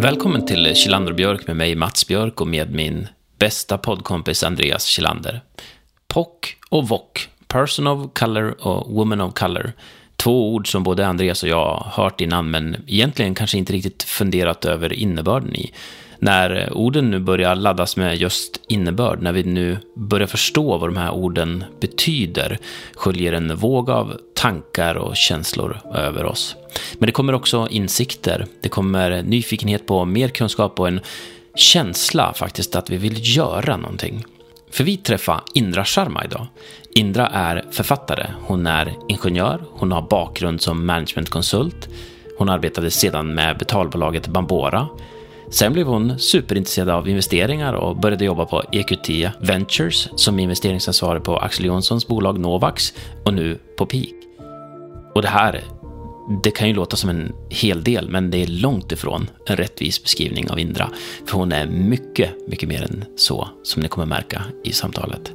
Välkommen till Kjellander och Björk med mig Mats Björk och med min bästa poddkompis Andreas Kjellander. POC och VOC, Person of Color och Woman of Color. 2 ord som både Andreas och jag har hört innan men egentligen kanske inte riktigt funderat över innebörden i. När orden nu börjar laddas med just innebörd, när vi nu börjar förstå vad de här orden betyder, sköljer en våg av tankar och känslor över oss. Men det kommer också insikter, det kommer nyfikenhet på mer kunskap och en känsla faktiskt att vi vill göra någonting. För vi träffar Indra Sharma idag. Indra är författare, hon är ingenjör, hon har bakgrund som managementkonsult, hon arbetade sedan med betalbolaget Bambora. Sen blev hon superintresserad av investeringar och började jobba på EQT Ventures som investeringsansvarig på Axel Jonssons bolag Novax och nu på Peak. Och det kan ju låta som en hel del, men det är långt ifrån en rättvis beskrivning av Indra. För hon är mycket, mycket mer än så, som ni kommer märka i samtalet.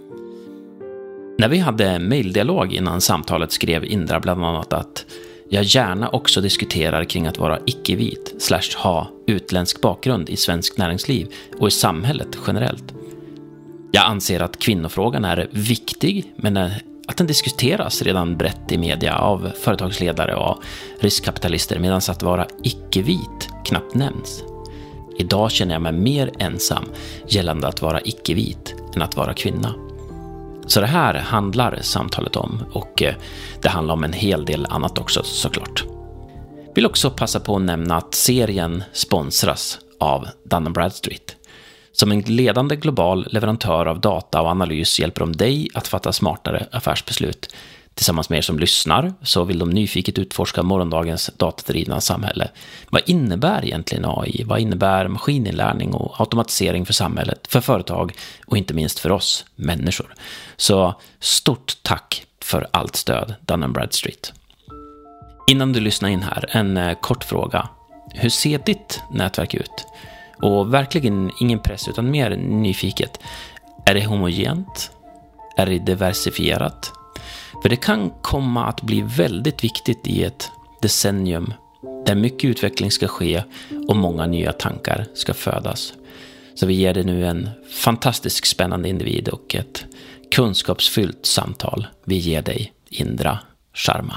När vi hade mejldialog innan samtalet skrev Indra bland annat att jag gärna också diskuterar kring att vara icke-vit / ha utländsk bakgrund i svensk näringsliv och i samhället generellt. Jag anser att kvinnofrågan är viktig, men att den diskuteras redan brett i media av företagsledare och riskkapitalister, medan att vara icke-vit knappt nämns. Idag känner jag mig mer ensam gällande att vara icke-vit än att vara kvinna. Så det här handlar samtalet om, och det handlar om en hel del annat också såklart. Vill också passa på att nämna att serien sponsras av Dun & Bradstreet. Som en ledande global leverantör av data och analys hjälper de dig att fatta smartare affärsbeslut. Tillsammans med er som lyssnar så vill de nyfiket utforska morgondagens datadrivna samhälle. Vad innebär egentligen AI? Vad innebär maskininlärning och automatisering för samhället, för företag och inte minst för oss människor? Så stort tack för allt stöd, Dun & Bradstreet. Innan du lyssnar in här, en kort fråga. Hur ser ditt nätverk ut? Och verkligen ingen press utan mer nyfiket. Är det homogent? Är det diversifierat? För det kan komma att bli väldigt viktigt i ett decennium där mycket utveckling ska ske och många nya tankar ska födas. Så vi ger dig nu en fantastiskt spännande individ och ett kunskapsfyllt samtal. Vi ger dig Indra Sharma.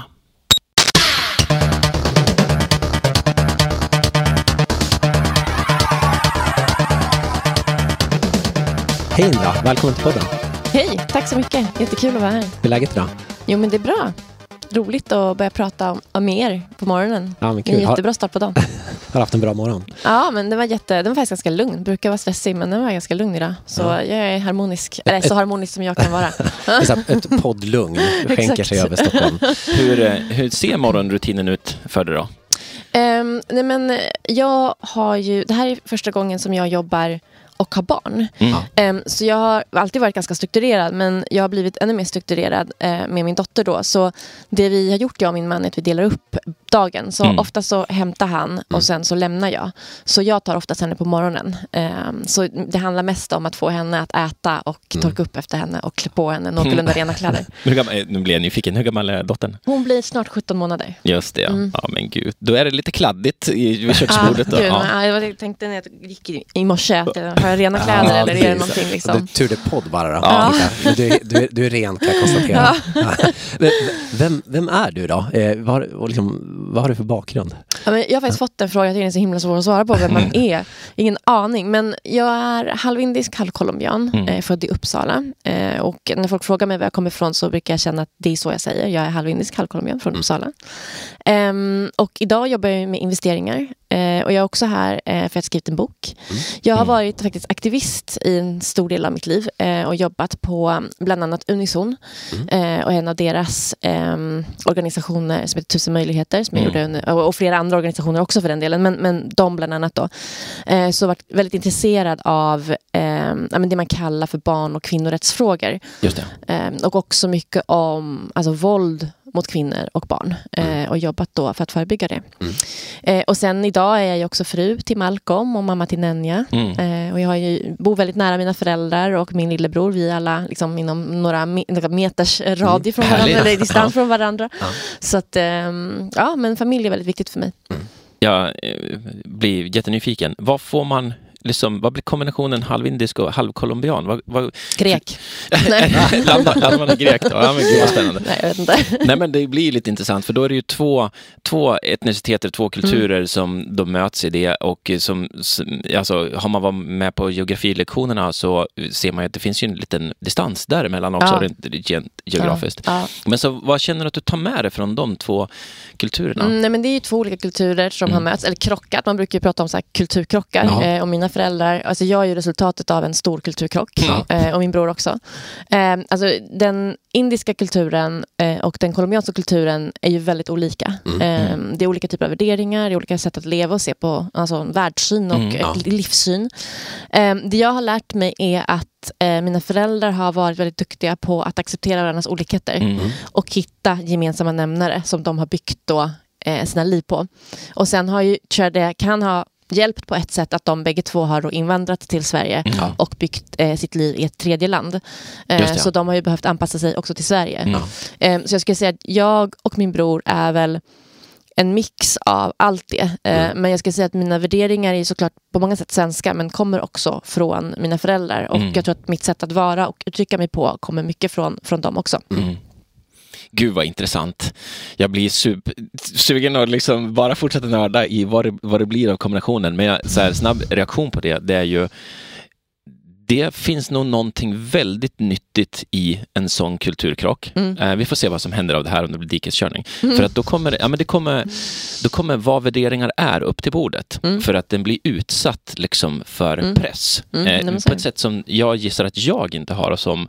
Hej Indra, välkommen till podden. Hej, tack så mycket. Jättekul att vara här. Hur är läget idag? Jo, men det är bra. Roligt att börja prata om er på morgonen. Ja, men kul. En jättebra start på dagen. Har haft en bra morgon? Ja, men den var faktiskt ganska lugn. Brukar vara stressig, men den var ganska lugn idag. Så jag är harmonisk. Eller så harmonisk som jag kan vara. Ett poddlugn skänker sig över Stockholm. Hur ser morgonrutinen ut för dig då? Nej, men jag har ju... Det här är första gången som jag jobbar och har barn. Så jag har alltid varit ganska strukturerad, men jag har blivit ännu mer strukturerad med min dotter då. Så det vi har gjort, jag och min man, är att vi delar upp dagen. Så ofta så hämtar han och sen så lämnar jag. Så jag tar oftast henne på morgonen. Så det handlar mest om att få henne att äta och torka upp efter henne och klä på henne någorlunda rena kläder. Nu blir jag nyfiken. Hur gammal är dottern? Hon blir snart 17 månader. Just det, ja. Ja, men gud. Då är det lite kladdigt vid köksbordet. Då. Jag tänkte när jag gick i morse att har jag rena kläder eller är det någonting liksom. Det tur det podd bara då. Ja. Du är ren, kan jag konstatera. Vem är du då? Vad har du för bakgrund? Ja, men jag har faktiskt fått en fråga, jag tycker det är så himla svår att svara på vem man är. Ingen aning, men jag är halvindisk, halvkolumbian, född i Uppsala. Och när folk frågar mig var jag kommer ifrån så brukar jag känna att det är så jag säger. Jag är halvindisk, halvkolumbian från Uppsala. Och idag jobbar jag med investeringar. Och jag är också här för att jag skrivit en bok. Jag har varit faktiskt aktivist i en stor del av mitt liv och jobbat på bland annat Unison och en av deras organisationer som heter 1000 möjligheter som jag gjorde, och flera andra organisationer också för den delen, men de bland annat då. Så varit väldigt intresserad av det man kallar för barn- och kvinnorättsfrågor. Just det. Och också mycket om våld mot kvinnor och barn och jobbat då för att förebygga det. Och sen idag är jag ju också fru till Malcolm och mamma till Nenja. Och jag bor väldigt nära mina föräldrar och min lillebror. Vi är alla liksom inom några meters radie från varandra, eller distans från varandra. Så att, men familj är väldigt viktigt för mig. Jag blir jättenyfiken. Vad får man... Liksom, vad blir kombinationen halvindisk och halvkolumbian? Grek. Landar man i grek då? Ja, men gud vad spännande. Nej, jag vet inte. Nej, men det blir lite intressant, för då är det ju två etniciteter, två kulturer som de möts i det, och alltså, har man varit med på geografilektionerna så ser man att det finns ju en liten distans däremellan också, rent geografiskt. Ja. Men så vad känner du att du tar med dig från de två kulturerna? Nej, men det är ju två olika kulturer som har mötts, eller krockat. Man brukar ju prata om så här kulturkrockar. Och mina föräldrar, alltså jag är ju resultatet av en stor kulturkrock, och min bror också. Alltså den indiska kulturen och den colombianska kulturen är ju väldigt olika. Det är olika typer av värderingar, det är olika sätt att leva och se på, alltså världssyn och livssyn. Det jag har lärt mig är att mina föräldrar har varit väldigt duktiga på att acceptera varandras olikheter och hitta gemensamma nämnare som de har byggt då sina liv på. Och sen har ju, tror jag det kan ha hjälpt på ett sätt att de bägge två har då invandrat till Sverige och byggt sitt liv i ett tredje land. Så de har ju behövt anpassa sig också till Sverige. Så jag skulle säga att jag och min bror är väl en mix av allt det. Men jag ska säga att mina värderingar är såklart på många sätt svenska, men kommer också från mina föräldrar. Och jag tror att mitt sätt att vara och uttrycka mig på kommer mycket från dem också. Gud vad intressant. Jag blir sugen att liksom bara fortsätta nörda i vad det blir av kombinationen. Men så här, snabb reaktion på det är ju, det finns nog någonting väldigt nyttigt i en sån kulturkrock. Vi får se vad som händer av det här om det blir dikeskörning. För att då kommer vad värderingar är upp till bordet. För att den blir utsatt liksom för press. På ett sätt som jag gissar att jag inte har, och som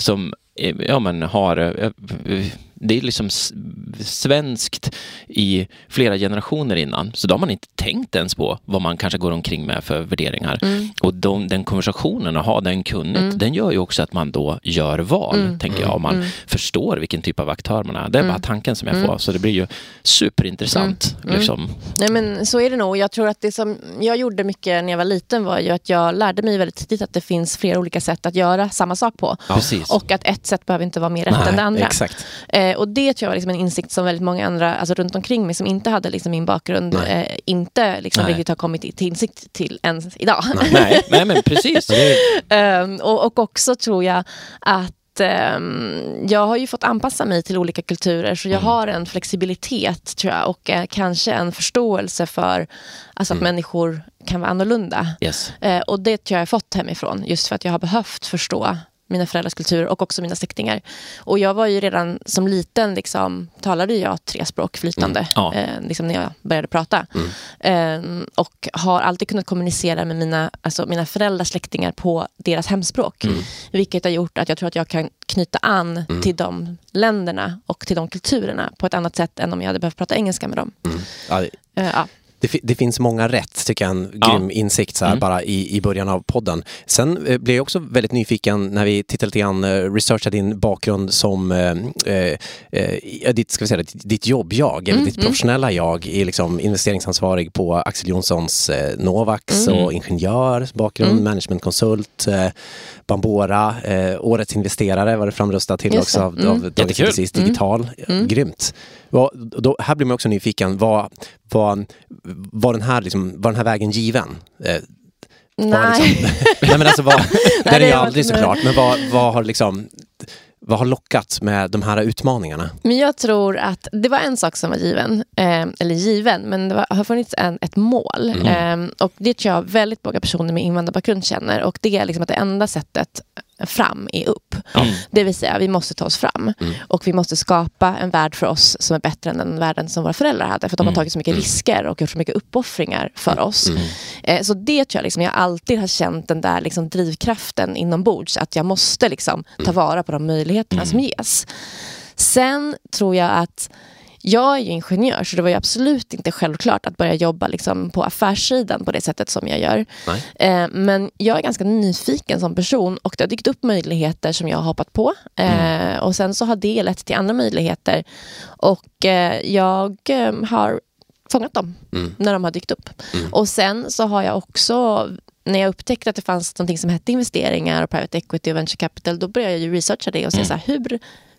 har... Det är liksom svenskt i flera generationer innan. Så då har man inte tänkt ens på vad man kanske går omkring med för värderingar. Och den konversationen, att ha den kunnigt, den gör ju också att man då gör val, tänker jag. Och man förstår vilken typ av aktör man är. Det är bara tanken som jag får. Så det blir ju superintressant. Liksom. Nej, men så är det nog. Jag tror att det som jag gjorde mycket när jag var liten var ju att jag lärde mig väldigt tidigt att det finns flera olika sätt att göra samma sak på. Precis. Och att ett sätt behöver inte vara mer rätt än det andra. Exakt. Och det tror jag var liksom en insikt som väldigt många andra, alltså runt omkring mig som inte hade liksom min bakgrund, inte liksom riktigt har kommit till insikt till än idag. Nej, men precis. Och också tror jag att jag har ju fått anpassa mig till olika kulturer, så jag har en flexibilitet, tror jag, och kanske en förståelse för alltså att människor kan vara annorlunda. Yes. Och det tror jag fått hemifrån, just för att jag har behövt förstå mina föräldrars kultur och också mina släktingar. Och jag var ju redan som liten, liksom, talade jag 3 språk flytande liksom när jag började prata. Och har alltid kunnat kommunicera med mina föräldrars släktingar på deras hemspråk. Vilket har gjort att jag tror att jag kan knyta an till de länderna och till de kulturerna på ett annat sätt än om jag hade behövt prata engelska med dem. Det finns många rätt, tycker jag, en grym insikt så här, bara i början av podden. Sen blev jag också väldigt nyfiken när vi tittade lite grann, researchade din bakgrund som ditt jobb-jag, eller ditt professionella jag, är liksom investeringsansvarig på Axel Jonssons Novax och ingenjör, bakgrund, managementkonsult, Bambora, årets investerare var det framröstat till också av Dagens Precis Digital. Grymt. Här blir man också nyfiken, var den här vägen given? Nej. Nej, men alltså det är ju aldrig såklart, men vad har lockat med de här utmaningarna? Men jag tror att det var en sak som var given, men det har funnits ett mål. Och det tror jag väldigt många personer med invandrarbakgrund känner, och det är liksom att det enda sättet fram är upp. Det vill säga, vi måste ta oss fram och vi måste skapa en värld för oss som är bättre än den världen som våra föräldrar hade, för att de har tagit så mycket risker och gjort så mycket uppoffringar för oss. Så det tror jag liksom, jag alltid har känt den där liksom drivkraften inombords, att jag måste liksom ta vara på de möjligheterna som ges. Sen tror jag att jag är ju ingenjör, så det var ju absolut inte självklart att börja jobba liksom på affärssidan på det sättet som jag gör. Men jag är ganska nyfiken som person, och det har dykt upp möjligheter som jag har hoppat på. Och sen så har det lett till andra möjligheter. Och jag har fångat dem när de har dykt upp. Och sen så har jag också, när jag upptäckte att det fanns någonting som hette investeringar och private equity och venture capital, då började jag ju researcha det och se så här,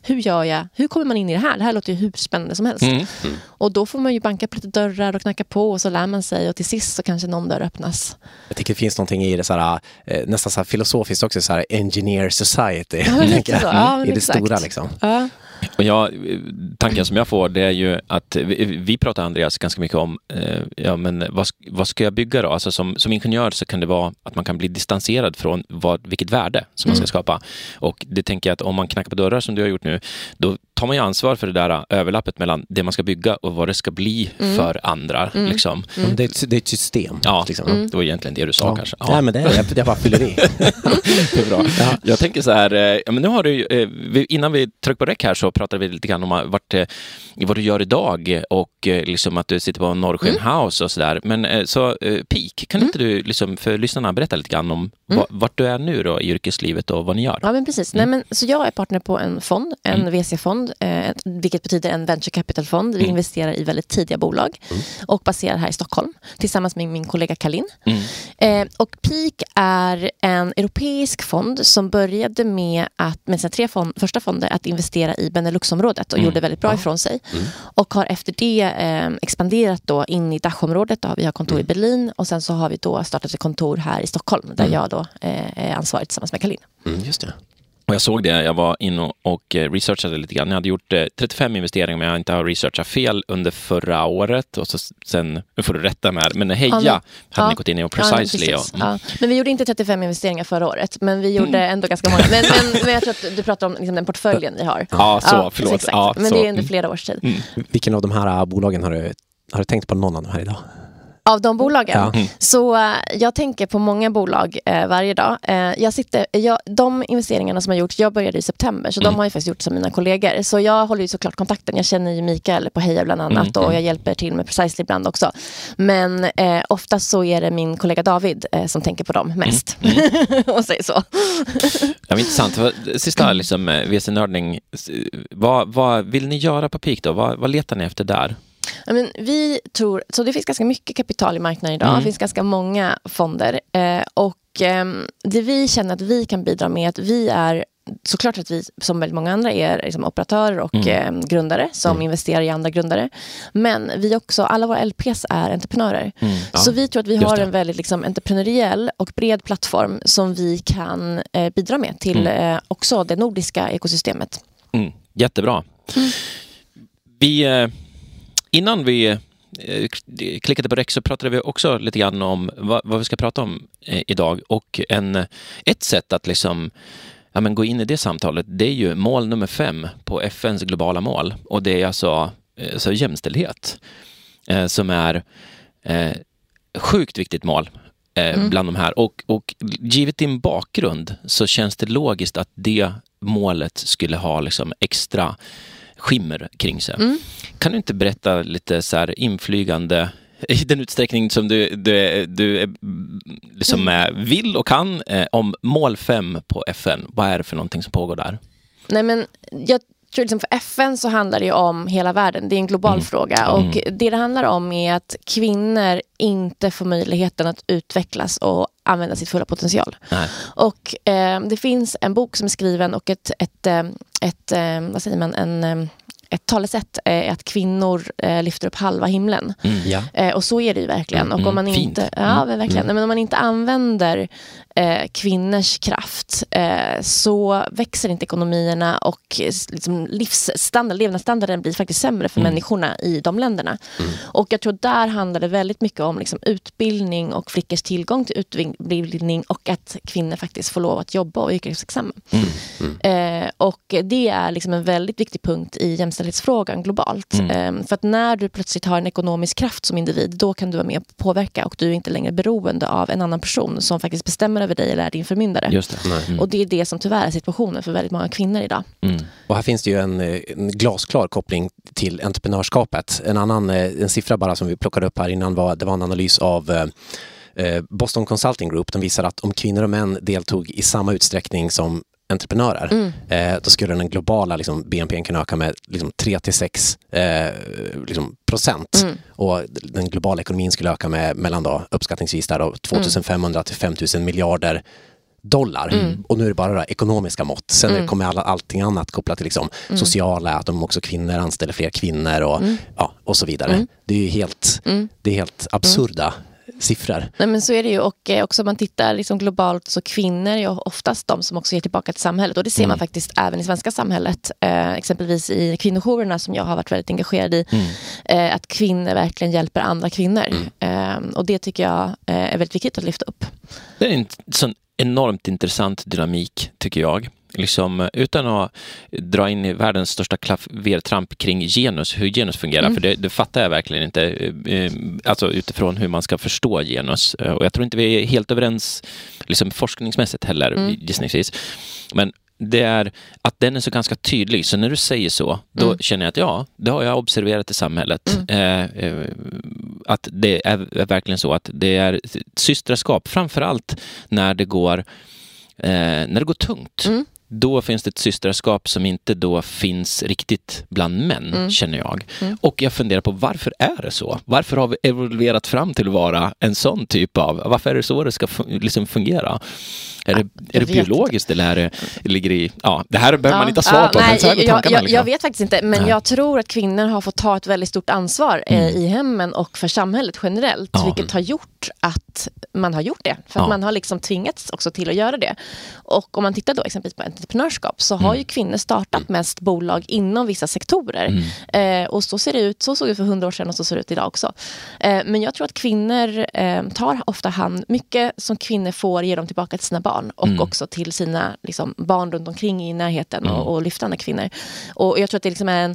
hur gör jag? Hur kommer man in i det här? Det här låter ju hur spännande som helst. Och då får man ju banka på lite dörrar och knacka på och så lär man sig och till sist så kanske någon dörr öppnas. Jag tycker det finns någonting i det såhär, nästan så här filosofiskt också, så här engineer society. Ja, i det stora liksom. Ja. Och tanken som jag får, det är ju att vi pratar, Andreas, ganska mycket om men vad ska jag bygga då? Alltså som ingenjör så kan det vara att man kan bli distanserad från vilket värde som man ska skapa. Och det tänker jag att om man knackar på dörrar som du har gjort nu, då tar man ju ansvar för det där överlappet mellan det man ska bygga och vad det ska bli för andra. Liksom. Det är ett system. Ja, liksom. det var egentligen det du sa kanske. Ja. Nej, men jag bara fyller i. Det är bra. Ja. Jag tänker så här, men nu har du, innan vi tryckte på räck här så pratade vi lite grann om vad du gör idag och liksom att du sitter på Norrsken House och sådär. Men så Peak, kan inte du liksom för lyssnarna berätta lite grann om vart du är nu då i yrkeslivet och vad ni gör? Ja, men precis. Nej, men, så jag är partner på en fond, en VC-fond, vilket betyder en venture capital-fond. Vi investerar i väldigt tidiga bolag och baserar här i Stockholm tillsammans med min kollega Kalin. Och Peak är en europeisk fond som började med sina första fonder att investera i Benelux-området och gjorde väldigt bra ifrån sig. Och har efter det expanderat då in i Dachområdet. Vi har kontor i Berlin och sen så har vi då startat ett kontor här i Stockholm där jag då är ansvarig tillsammans med Kalin. Just det. Och jag såg det, jag var inne och researchade lite grann. Jag hade gjort 35 investeringar men jag har inte researchat fel under förra året. Och så sen, nu får du rätta med men Heja hade ni gått in i och Precisely. Men vi gjorde inte 35 investeringar förra året, men vi gjorde ändå ganska många. Men jag tror att du pratar om liksom, den portföljen vi har. Förlåt. Exakt. Ja, men det är under flera års tid. Vilken av de här bolagen har du tänkt på någon av de här idag? Av de bolagen. Så jag tänker på många bolag varje dag. De investeringarna som jag gjort, jag började i september, så de har ju faktiskt gjort som mina kollegor. Så jag håller ju såklart kontakten. Jag känner ju Mikael på Heja bland annat och jag hjälper till med Precisely ibland också. Men oftast så är det min kollega David som tänker på dem mest. Och säger så. Ja, intressant. Sista liksom, VC-nördning. Vad vill ni göra på Peak då? Vad letar ni efter där? Men vi tror, så det finns ganska mycket kapital i marknaden idag. Det finns ganska många fonder. Och det vi känner att vi kan bidra med, att vi är såklart att vi som väldigt många andra är liksom operatörer och grundare som investerar i andra grundare. Men vi också, alla våra LPs är entreprenörer. Så vi tror att vi har en väldigt liksom, entreprenöriell och bred plattform som vi kan bidra med till också det nordiska ekosystemet. Jättebra. Innan vi klickade på räck så pratade vi också lite grann om vad vi ska prata om idag. Och ett sätt att liksom, gå in i det samtalet, det är ju mål nummer 5 på FNs globala mål. Och det är alltså jämställdhet som är sjukt viktigt mål bland de här. Och givet din bakgrund så känns det logiskt att det målet skulle ha liksom extra skimmer kring sig. Kan du inte berätta lite så här inflygande i den utsträckning som du liksom vill och kan om mål 5 på FN? Vad är det för någonting som pågår där? Nej, men jag tror liksom för FN så handlar det ju om hela världen. Det är en global fråga och det handlar om är att kvinnor inte får möjligheten att utvecklas och använda sitt fulla potential. Nej. Och det finns en bok som är skriven och vad säger man, ett talesätt är att kvinnor lyfter upp halva himlen. Och så är det ju verkligen. Och om man inte, verkligen. Men om man inte använder kvinnors kraft så växer inte ekonomierna och liksom levnadsstandarden blir faktiskt sämre för människorna i de länderna. Och jag tror där handlar det väldigt mycket om liksom utbildning och flickors tillgång till utbildning och att kvinnor faktiskt får lov att jobba och yrkesexamen. Och det är liksom en väldigt viktig punkt i jämställdhetsfrågan globalt. För att när du plötsligt har en ekonomisk kraft som individ, då kan du vara med och påverka och du är inte längre beroende av en annan person som faktiskt bestämmer över dig eller är din förmyndare. Just det. Och det är det som tyvärr är situationen för väldigt många kvinnor idag. Och här finns det ju en glasklar koppling till entreprenörskapet. En siffra bara som vi plockade upp här innan det var en analys av Boston Consulting Group. De visar att om kvinnor och män deltog i samma utsträckning som entreprenörer, då skulle den globala liksom, BNP kunna öka med liksom, 3-6 liksom, procent. Och den globala ekonomin skulle öka med mellan då, uppskattningsvis där, då, 2500 till 5000 miljarder dollar. Och nu är det bara ekonomiska mått. Sen kommer allting annat kopplat till liksom sociala, att de också kvinnor anställer fler kvinnor och så vidare. Det är ju helt absurda siffror. Nej, men så är det ju, och också om man tittar liksom globalt, så kvinnor är ju oftast de som också ger tillbaka till samhället, och det ser man faktiskt även i svenska samhället, exempelvis i kvinnojourerna som jag har varit väldigt engagerad i, att kvinnor verkligen hjälper andra kvinnor, och det tycker jag är väldigt viktigt att lyfta upp. Det är en sån enormt intressant dynamik, tycker jag. Liksom, utan att dra in i världens största klavertramp kring genus, hur genus fungerar, för det fattar jag verkligen inte, alltså utifrån hur man ska förstå genus, och jag tror inte vi är helt överens liksom forskningsmässigt heller, gissningsvis, men det är att den är så ganska tydlig, så när du säger så, då känner jag att det har jag observerat i samhället, att det är verkligen så att det är systraskap, framförallt när det går tungt. Då finns det ett systraskap som inte då finns riktigt bland män, känner jag. Och jag funderar på, varför är det så? Varför har vi evolverat fram till att vara en sån typ av... Varför är det så det ska liksom fungera? Är det biologiskt eller är det ligger i... Ja, det här behöver man inte ha svar på. Nej, men jag vet faktiskt inte, men jag tror att kvinnor har fått ta ett väldigt stort ansvar i hemmen och för samhället generellt, vilket har gjort att man har gjort det. För att man har liksom tvingats också till att göra det. Och om man tittar då exempelvis på entreprenörskap, så har ju kvinnor startat mest bolag inom vissa sektorer. Och så ser det ut, så såg det för 100 år sedan och så ser det ut idag också. Men jag tror att kvinnor tar ofta hand, mycket som kvinnor får ger dem tillbaka till sina barn och också till sina liksom, barn runt omkring i närheten och lyftande kvinnor. Och jag tror att det liksom är en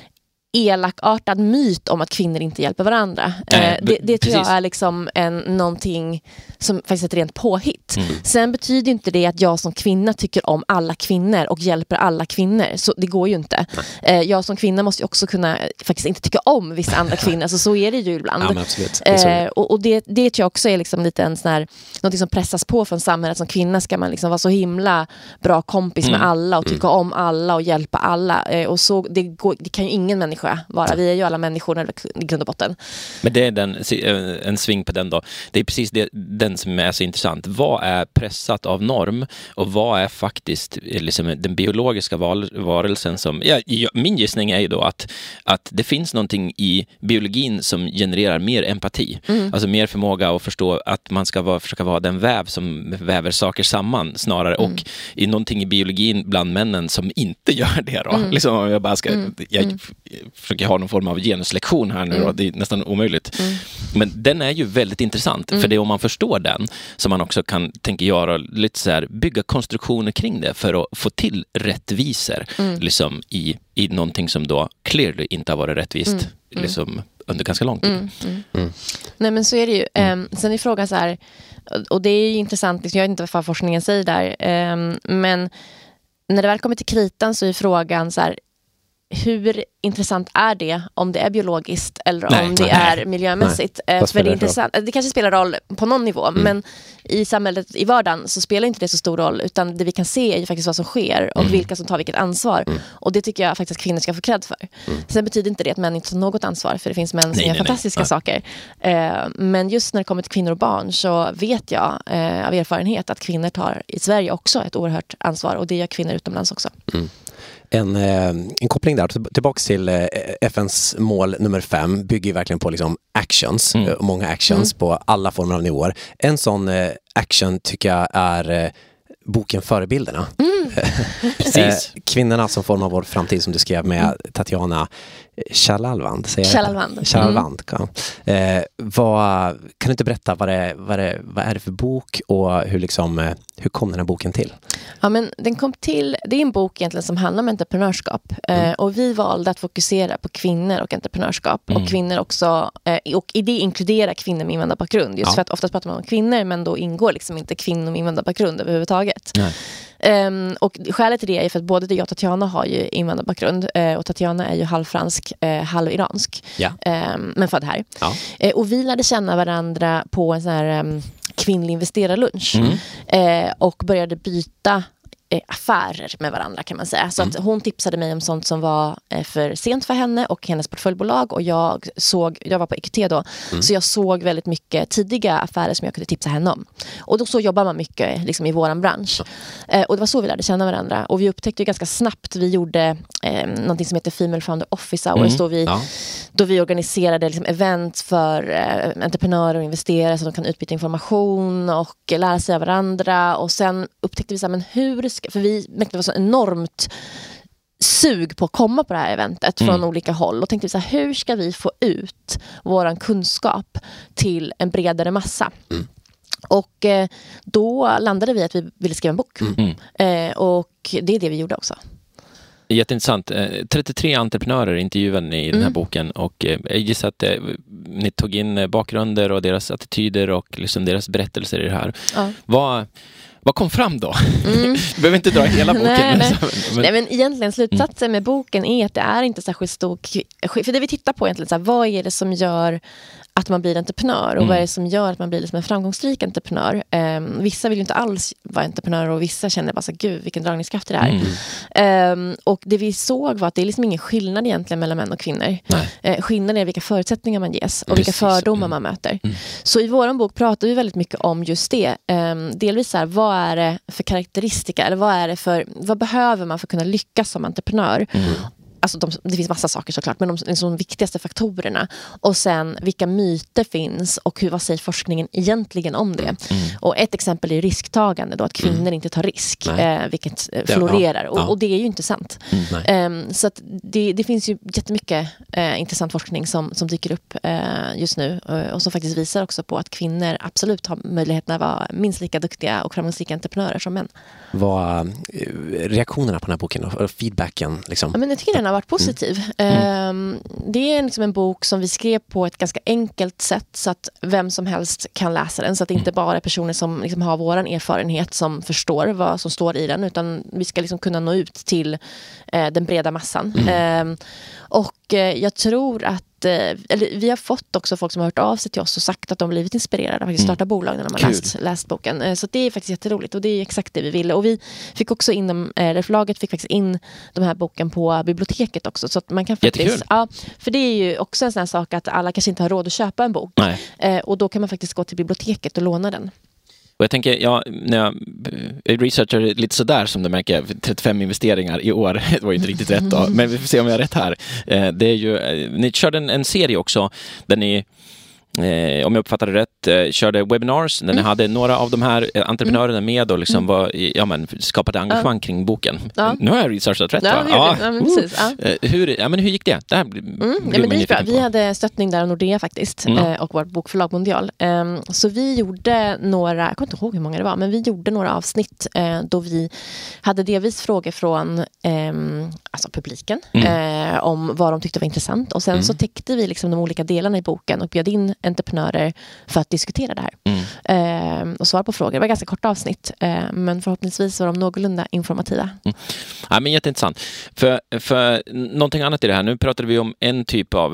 elakartad myt om att kvinnor inte hjälper varandra. Det tror jag är liksom någonting som faktiskt är ett rent påhitt. Sen betyder inte det att jag som kvinna tycker om alla kvinnor och hjälper alla kvinnor. Så det går ju inte. Jag som kvinna måste ju också kunna faktiskt inte tycka om vissa andra kvinnor. Så är det ju ibland. Ja, absolut. Och det tror jag också är liksom lite en sån här, någonting som pressas på från samhället. Som kvinna ska man liksom vara så himla bra kompis med alla och tycka om alla och hjälpa alla. Och så det kan ju ingen människa vara. Vi är ju alla människor i grund och botten. Men det är en sving på den då. Det är precis den som är så intressant. Vad är pressat av norm och vad är faktiskt liksom den biologiska varelsen som... min gissning är ju då att det finns någonting i biologin som genererar mer empati. Alltså mer förmåga att förstå att man ska försöka vara den väv som väver saker samman snarare, och i någonting i biologin bland männen som inte gör det då. Liksom, jag bara jag försöker ha någon form av genuslektion här nu då. Det är nästan omöjligt. Men den är ju väldigt intressant, för det är om man förstår den som man också kan göra lite så här, bygga konstruktioner kring det för att få till rättvisor liksom i någonting som då clearly inte har varit rättvist liksom under ganska lång tid. Nej, men så är det ju. Sen är frågan så här, och det är ju intressant, jag vet inte vad forskningen säger där, men när det väl kommer till kritan så är frågan så här, hur intressant är det om det är biologiskt eller om det är miljömässigt? För det är intressant. Det kanske spelar roll på någon nivå, men i samhället, i vardagen, så spelar inte det så stor roll, utan det vi kan se är ju faktiskt vad som sker och vilka som tar vilket ansvar. Och det tycker jag faktiskt att kvinnor ska få cred för. Sen betyder inte det att män inte tar något ansvar, för det finns män som gör fantastiska saker. Men just när det kommer till kvinnor och barn så vet jag av erfarenhet att kvinnor tar i Sverige också ett oerhört ansvar, och det gör kvinnor utomlands också. En koppling där, tillbaka till FNs mål nummer 5 bygger ju verkligen på liksom actions, många actions på alla former av nivåer. En sån action tycker jag är boken Förebilderna. Precis. Kvinnorna som formar vår framtid, som du skrev med Tatjana Chalalvand. Chalalvand. Kan du inte berätta vad är det för bok och hur kom den här boken till? Ja, men den kom till, det är en bok egentligen som handlar om entreprenörskap. Och vi valde att fokusera på kvinnor och entreprenörskap. Och kvinnor också, och i det inkluderar kvinnor med invandrarbakgrund. Just för att oftast pratar man om kvinnor, men då ingår liksom inte kvinnor med invandrarbakgrund överhuvudtaget. Och skälet till det är för att både jag och Tatjana har ju invandrarbakgrund, och Tatjana är ju halvfransk, halviransk, men född här. Och vi lärde känna varandra på en sån här kvinnlig investerarlunch och började byta affärer med varandra kan man säga. Så att hon tipsade mig om sånt som var för sent för henne och hennes portföljbolag, och jag var på EQT då, så jag såg väldigt mycket tidiga affärer som jag kunde tipsa henne om. Och då så jobbar man mycket liksom, i våran bransch. Och det var så vi lärde känna varandra. Och vi upptäckte ju ganska snabbt, vi gjorde någonting som heter Female Founder Office Hours, då vi organiserade liksom, event för entreprenörer och investerare så de kan utbyta information och lära sig av varandra. Och sen upptäckte vi så här, men för vi märkte det var så enormt sug på att komma på det här eventet från olika håll, och tänkte vi så här, hur ska vi få ut våran kunskap till en bredare massa? Och då landade vi att vi ville skriva en bok. Och det är det vi gjorde också. Jätteintressant. 33 entreprenörer intervjuade ni i den här boken, och jag gissar att ni tog in bakgrunder och deras attityder och liksom deras berättelser i det här. Ja. Vad kom fram då? Du behöver inte dra hela boken. Nej, men egentligen slutsatsen med boken är att det är inte särskilt stor... För det vi tittar på egentligen, så här, vad är det som gör att man blir entreprenör, och vad är det som gör att man blir liksom en framgångsrik entreprenör? Vissa vill ju inte alls vara entreprenör, och vissa känner bara så, gud vilken dragningskraft det är. Och det vi såg var att det är liksom ingen skillnad egentligen mellan män och kvinnor. Skillnaden är vilka förutsättningar man ges och vilka fördomar man möter. Så i våran bok pratar vi väldigt mycket om just det. Delvis så här, vad är det för karaktäristika, eller vad behöver man för att kunna lyckas som entreprenör? Alltså det finns massa saker såklart, men de viktigaste faktorerna. Och sen vilka myter finns och vad säger forskningen egentligen om det. Och ett exempel är risktagande då, att kvinnor inte tar risk, vilket florerar. Och det är ju inte sant. Så att det finns ju jättemycket intressant forskning som dyker upp just nu, och som faktiskt visar också på att kvinnor absolut har möjligheten att vara minst lika duktiga och framgångsrika entreprenörer som män. Vad reaktionerna på den här boken och feedbacken liksom? Ja, men jag tycker den har varit positiv. Det är liksom en bok som vi skrev på ett ganska enkelt sätt, så att vem som helst kan läsa den, så att det inte bara är personer som liksom har våran erfarenhet som förstår vad som står i den, utan vi ska liksom kunna nå ut till den breda massan. Och jag tror att vi har fått också folk som har hört av sig till oss och sagt att de blivit inspirerade av att starta bolag när de har läst boken. Så det är faktiskt jätteroligt, och det är exakt det vi ville. Och vi fick också förlaget fick faktiskt in de här boken på biblioteket också, så att man kan faktiskt, för det är ju också en sån här sak att alla kanske inte har råd att köpa en bok. Och då kan man faktiskt gå till biblioteket och låna den. Och jag tänker, när jag researchar lite sådär som du märker, 35 investeringar i år, det var ju inte riktigt rätt då, men vi får se om jag har rätt här. Det är ju, ni körde en serie också där ni, om jag uppfattade rätt, körde webinars där ni hade några av de här entreprenörerna med och liksom skapade engagemang kring boken. Nu har jag researchat rätt. Hur gick det? Det är bra. Vi hade stöttning där av Nordea faktiskt, och vårt bokförlag Mondial. Så vi gjorde några, jag kommer inte ihåg hur många det var, men vi gjorde några avsnitt då vi hade delvis frågor från alltså publiken om vad de tyckte var intressant, och sen så täckte vi liksom de olika delarna i boken och bjöd in entreprenörer för att diskutera det här och svara på frågor. Det var ganska korta avsnitt, men förhoppningsvis var de någorlunda informativa. Ja, men jätteintressant. För någonting annat i det här, nu pratade vi om en typ av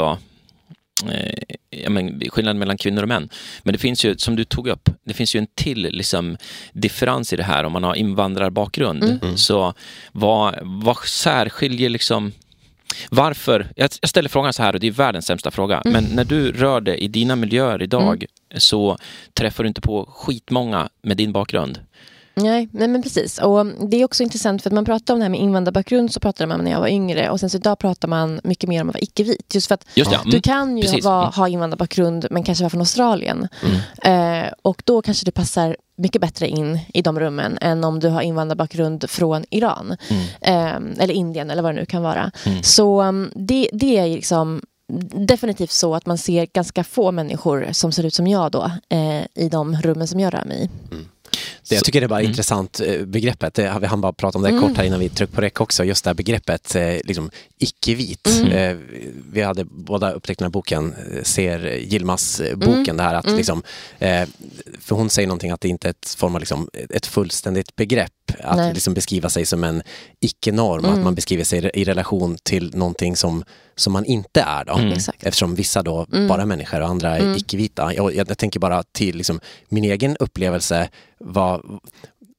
skillnaden mellan kvinnor och män. Men det finns ju, som du tog upp, det finns ju en till liksom differens i det här om man har invandrarbakgrund. Så vad särskiljer liksom... Varför? Jag ställer frågan så här, och det är världens sämsta fråga. Men när du rör dig i dina miljöer idag så träffar du inte på skitmånga med din bakgrund. Nej, men precis. Och det är också intressant, för att man pratar om det här med invandrarbakgrund, så pratade man när jag var yngre, och sen så idag pratar man mycket mer om att vara icke-vit. Just för att du kan ju ha invandrarbakgrund, men kanske vara från Australien. Och då kanske det passar mycket bättre in i de rummen än om du har invandrarbakgrund från Iran eller Indien eller vad det nu kan vara. Så det är liksom definitivt så att man ser ganska få människor som ser ut som jag då i de rummen som jag rör mig i. Jag tycker det är bara intressant begreppet. Vi hann bara prata om det kort här innan vi tryckte på räck också. Just det här begreppet liksom icke-vit. Vi hade båda upptäckt den här boken, ser Gilmas boken, det här att liksom, för hon säger någonting att det inte är ett form av liksom, ett fullständigt begrepp att liksom beskriva sig som en icke-norm, att man beskriver sig i relation till någonting som man inte är då. Eftersom vissa då bara är människor och andra är icke-vita. Jag tänker bara till liksom, min egen upplevelse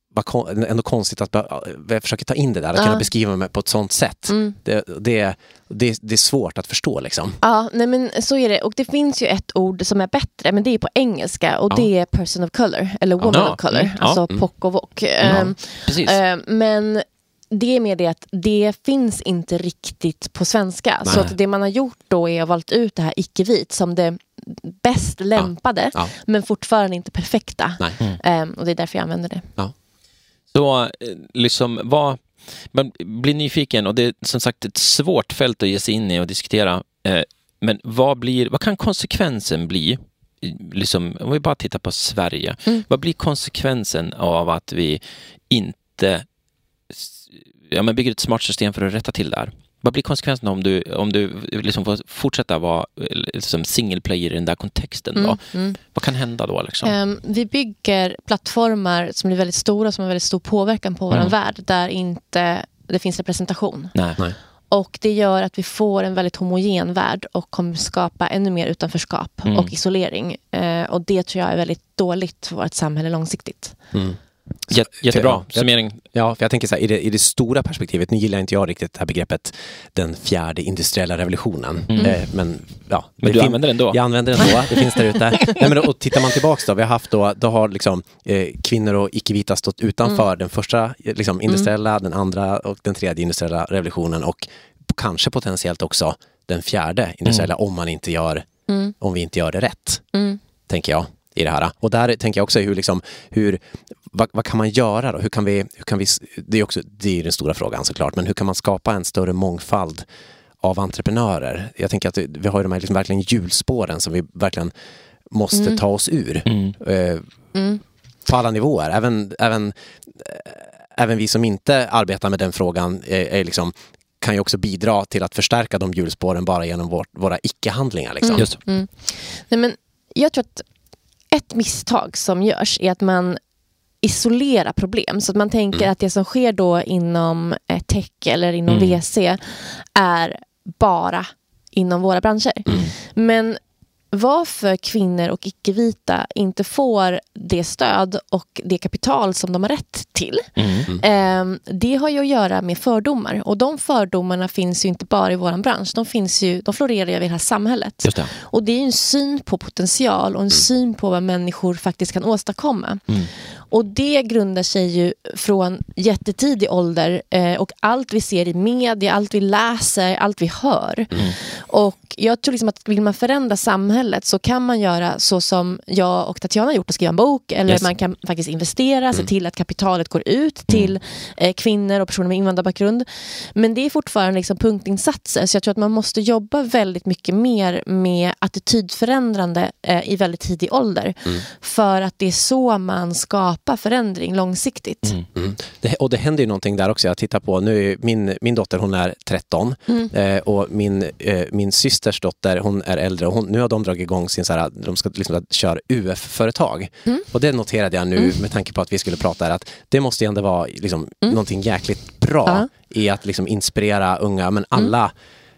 ändå konstigt att jag försöker ta in det där, att kunna beskriva mig på ett sånt sätt. Det är svårt att förstå liksom. Ja, nej men så är det. Och det finns ju ett ord som är bättre, men det är på engelska, och det är person of color, eller woman of color, alltså POC och VOC. Precis. Men det är med det att det finns inte riktigt på svenska. Nej. Så att det man har gjort då är att valt ut det här icke-vit som det bäst lämpade, men fortfarande inte perfekta. Och det är därför jag använder det. Ja. Så liksom man blir nyfiken, och det är som sagt ett svårt fält att ge sig in i och diskutera. Men vad kan konsekvensen bli? Liksom, om vi bara tittar på Sverige. Vad blir konsekvensen av att vi inte bygger ett smart system för att rätta till det här? Vad blir konsekvensen om du liksom får fortsätta vara liksom single player i den där kontexten då? Vad kan hända då liksom? Vi bygger plattformar som blir väldigt stora, som har väldigt stor påverkan på vår värld, där inte det finns representation. Nej. Och det gör att vi får en väldigt homogen värld och kommer skapa ännu mer utanförskap och isolering. Och det tror jag är väldigt dåligt för vårt samhälle långsiktigt. Jättebra summering. Ja, för jag tänker så här, i det stora perspektivet, nu gillar inte jag riktigt det här begreppet den fjärde industriella revolutionen. Men du använder den då? Jag använder den då, det finns där ute. Och tittar man tillbaks då, vi har haft då har liksom kvinnor och icke-vita stått utanför den första liksom, industriella, den andra och den tredje industriella revolutionen, och kanske potentiellt också den fjärde industriella, om vi inte gör det rätt, tänker jag. I det här. Och där tänker jag också vad kan man göra då? Hur kan vi det är den stora frågan såklart, men hur kan man skapa en större mångfald av entreprenörer? Jag tänker att vi har ju de här liksom verkligen hjulspåren som vi verkligen måste ta oss ur. På alla nivåer. Även vi som inte arbetar med den frågan är liksom, kan ju också bidra till att förstärka de hjulspåren bara genom våra icke-handlingar. Liksom. Nej, men jag tror att ett misstag som görs är att man isolerar problem. Så att man tänker att det som sker då inom tech eller inom VC är bara inom våra branscher. Men varför kvinnor och icke-vita inte får det stöd och det kapital som de har rätt till, det har ju att göra med fördomar. Och de fördomarna finns ju inte bara i våran bransch. De florerar ju i det här samhället. Just det. Och det är ju en syn på potential och en syn på vad människor faktiskt kan åstadkomma. Och det grundar sig ju från jättetidig ålder, och allt vi ser i media, allt vi läser, allt vi hör. Och jag tror liksom att vill man förändra samhället så kan man göra så som jag och Tatiana har gjort, och skriva en bok, eller man kan faktiskt investera, se till att kapitalet går ut till kvinnor och personer med invandrarbakgrund. Men det är fortfarande liksom punktinsatser, så jag tror att man måste jobba väldigt mycket mer med attitydförändrande i väldigt tidig ålder, för att det är så man skapar förändring långsiktigt. Det händer ju någonting där också. Jag tittar på nu, min dotter, hon är 13 och min systers dotter, hon är äldre, och nu har de dragit igång sin de ska liksom köra UF-företag. Och det noterade jag nu med tanke på att vi skulle prata här, att det måste ju ändå vara liksom någonting jäkligt bra i att liksom inspirera unga, men alla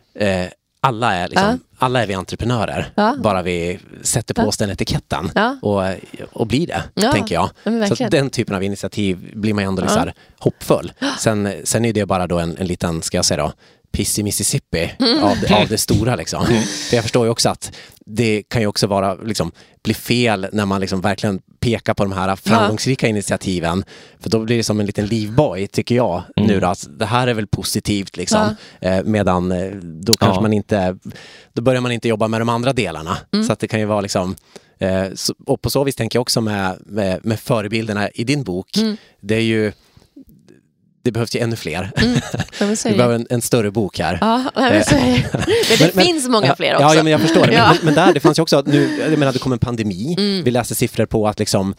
är liksom, alla är vi entreprenörer, bara vi sätter på oss den etiketten och blir det, tänker jag. Så den typen av initiativ blir man ju ändå liksom hoppfull. Sen är det bara då en liten, ska jag säga då, piss i Mississippi av det stora liksom. För jag förstår ju också att det kan ju också vara liksom, bli fel när man liksom verkligen pekar på de här framgångsrika initiativen, för då blir det som en liten livboj, tycker jag nu då, att det här är väl positivt liksom, medan då kanske man inte, då börjar man inte jobba med de andra delarna, så att det kan ju vara liksom och på så vis tänker jag också med förebilderna i din bok, det är ju, det behövs ju ännu fler. Vi behöver en större bok här. Ja, men det finns många fler också. Ja, men jag förstår det. Men där, det fanns ju också, nu, jag menar, det kom en pandemi. Vi läste siffror på att liksom,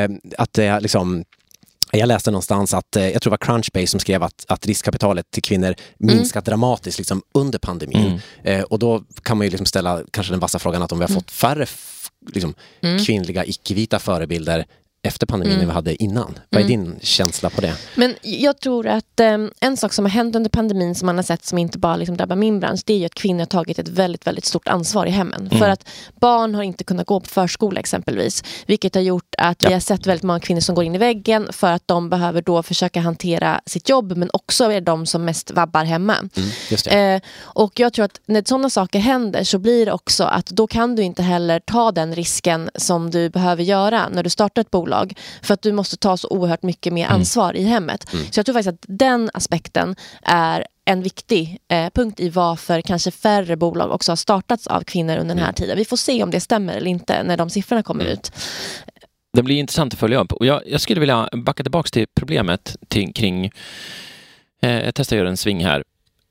jag läste någonstans att, jag tror det var Crunchbase som skrev att riskkapitalet till kvinnor minskat dramatiskt liksom under pandemin. Och då kan man ju liksom ställa kanske den vassa frågan att om vi har fått färre liksom, kvinnliga icke-vita förebilder efter pandemin än vi hade innan. Vad är din känsla på det? Men jag tror att en sak som har hänt under pandemin som man har sett som inte bara liksom drabbar min bransch, det är ju att kvinnor har tagit ett väldigt, väldigt stort ansvar i hemmen. För att barn har inte kunnat gå på förskola exempelvis, vilket har gjort att vi har sett väldigt många kvinnor som går in i väggen för att de behöver då försöka hantera sitt jobb, men också är de som mest vabbar hemma. Just det. Och jag tror att när sådana saker händer så blir det också att då kan du inte heller ta den risken som du behöver göra när du startar ett bolag, för att du måste ta så oerhört mycket mer ansvar i hemmet. Så jag tror faktiskt att den aspekten är en viktig punkt i varför kanske färre bolag också har startats av kvinnor under den här tiden. Vi får se om det stämmer eller inte när de siffrorna kommer ut. Det blir intressant att följa upp. Och jag skulle vilja backa tillbaka till problemet kring jag testar att göra en sving här.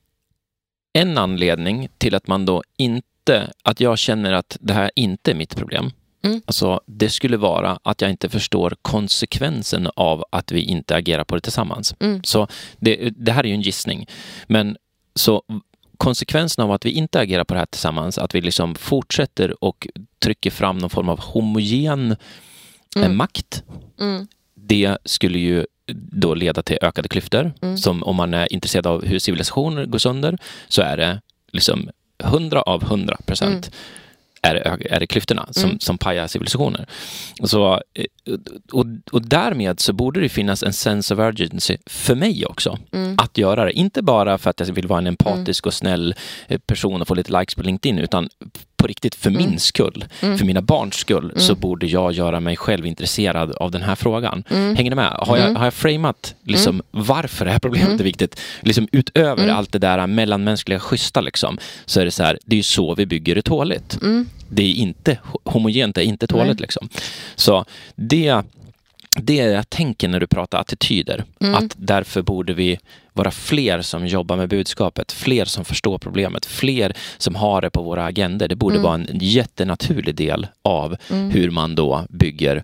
En anledning till att man då inte, att jag känner att det här inte är mitt problem. Alltså, det skulle vara att jag inte förstår konsekvensen av att vi inte agerar på det tillsammans. Så det här är ju en gissning. Men så konsekvensen av att vi inte agerar på det här tillsammans, att vi liksom fortsätter och trycker fram någon form av homogen makt, det skulle ju då leda till ökade klyftor. Som om man är intresserad av hur civilisationer går sönder, så är det liksom 100 av 100% är det klyftorna som pajar civilisationer. Så, och därmed så borde det finnas en sense of urgency för mig också att göra det. Inte bara för att jag vill vara en empatisk och snäll person och få lite likes på LinkedIn, utan på riktigt för min skull, för mina barns skull, så borde jag göra mig själv intresserad av den här frågan. Hänger ni med? Har jag framat liksom varför det här problemet är viktigt? Liksom utöver allt det där mellanmänskliga schyssta liksom, så är det så här, det är ju så vi bygger det tåligt. Det är inte homogent, det är inte tåligt liksom. Så det jag tänker när du pratar attityder, att därför borde vi vara fler som jobbar med budskapet, fler som förstår problemet, fler som har det på våra agendor. Det borde vara en jättenaturlig del av hur man då bygger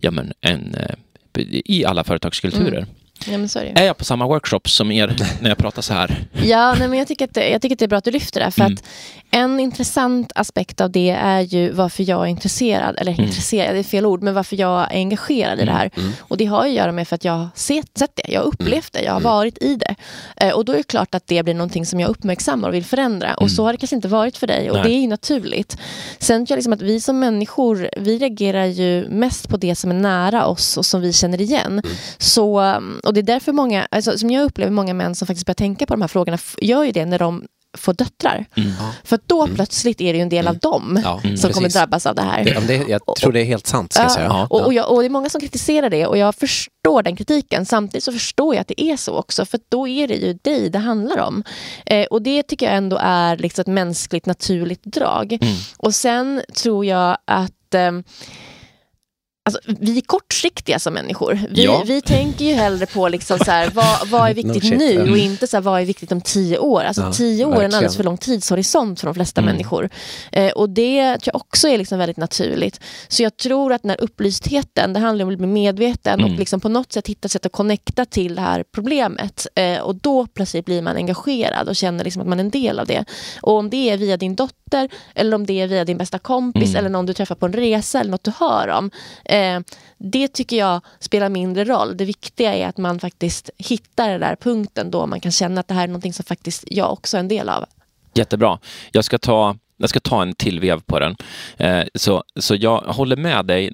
i alla företagskulturer. Ja, men så är det. Är jag på samma workshop som er när jag pratar så här? Ja, men jag tycker att det är bra att du lyfter det. För att en intressant aspekt av det är ju varför jag är intresserad. Eller intresserad, det är fel ord. Men varför jag är engagerad i det här. Och det har ju att göra med för att jag har sett det. Jag har upplevt det. Jag har varit i det. Och då är det klart att det blir någonting som jag uppmärksammar och vill förändra. Och så har det kanske inte varit för dig. Och det är ju naturligt. Sen tror jag liksom att vi som människor, vi reagerar ju mest på det som är nära oss och som vi känner igen. Så... Och det är därför många, alltså, som jag upplever många män som faktiskt börjar tänka på de här frågorna, gör ju det när de får döttrar. För att då plötsligt är det ju en del av dem som kommer drabbas av det här. Jag tror det är helt sant, ska jag säga. Och det är många som kritiserar det, och jag förstår den kritiken. Samtidigt så förstår jag att det är så också, för då är det ju dig det handlar om. Och det tycker jag ändå är liksom ett mänskligt, naturligt drag. Och sen tror jag att... Alltså, vi är kortsiktiga som människor. Vi tänker ju hellre på liksom så här, vad är viktigt nu och inte så här, vad är viktigt om 10 år. Alltså 10 år är en alldeles för lång tidshorisont för de flesta människor. Och det tror jag också är liksom väldigt naturligt. Så jag tror att den här upplystheten, det handlar om att bli medveten och liksom på något sätt hitta sätt att connecta till det här problemet. Och då plötsligt blir man engagerad och känner liksom att man är en del av det. Och om det är via din dotter, eller om det är via din bästa kompis, eller någon du träffar på en resa, eller något du hör om, det tycker jag spelar mindre roll. Det viktiga är att man faktiskt hittar den där punkten då man kan känna att det här är någonting som faktiskt jag också är en del av. Jättebra. Jag ska ta en till vev på den. Så jag håller med dig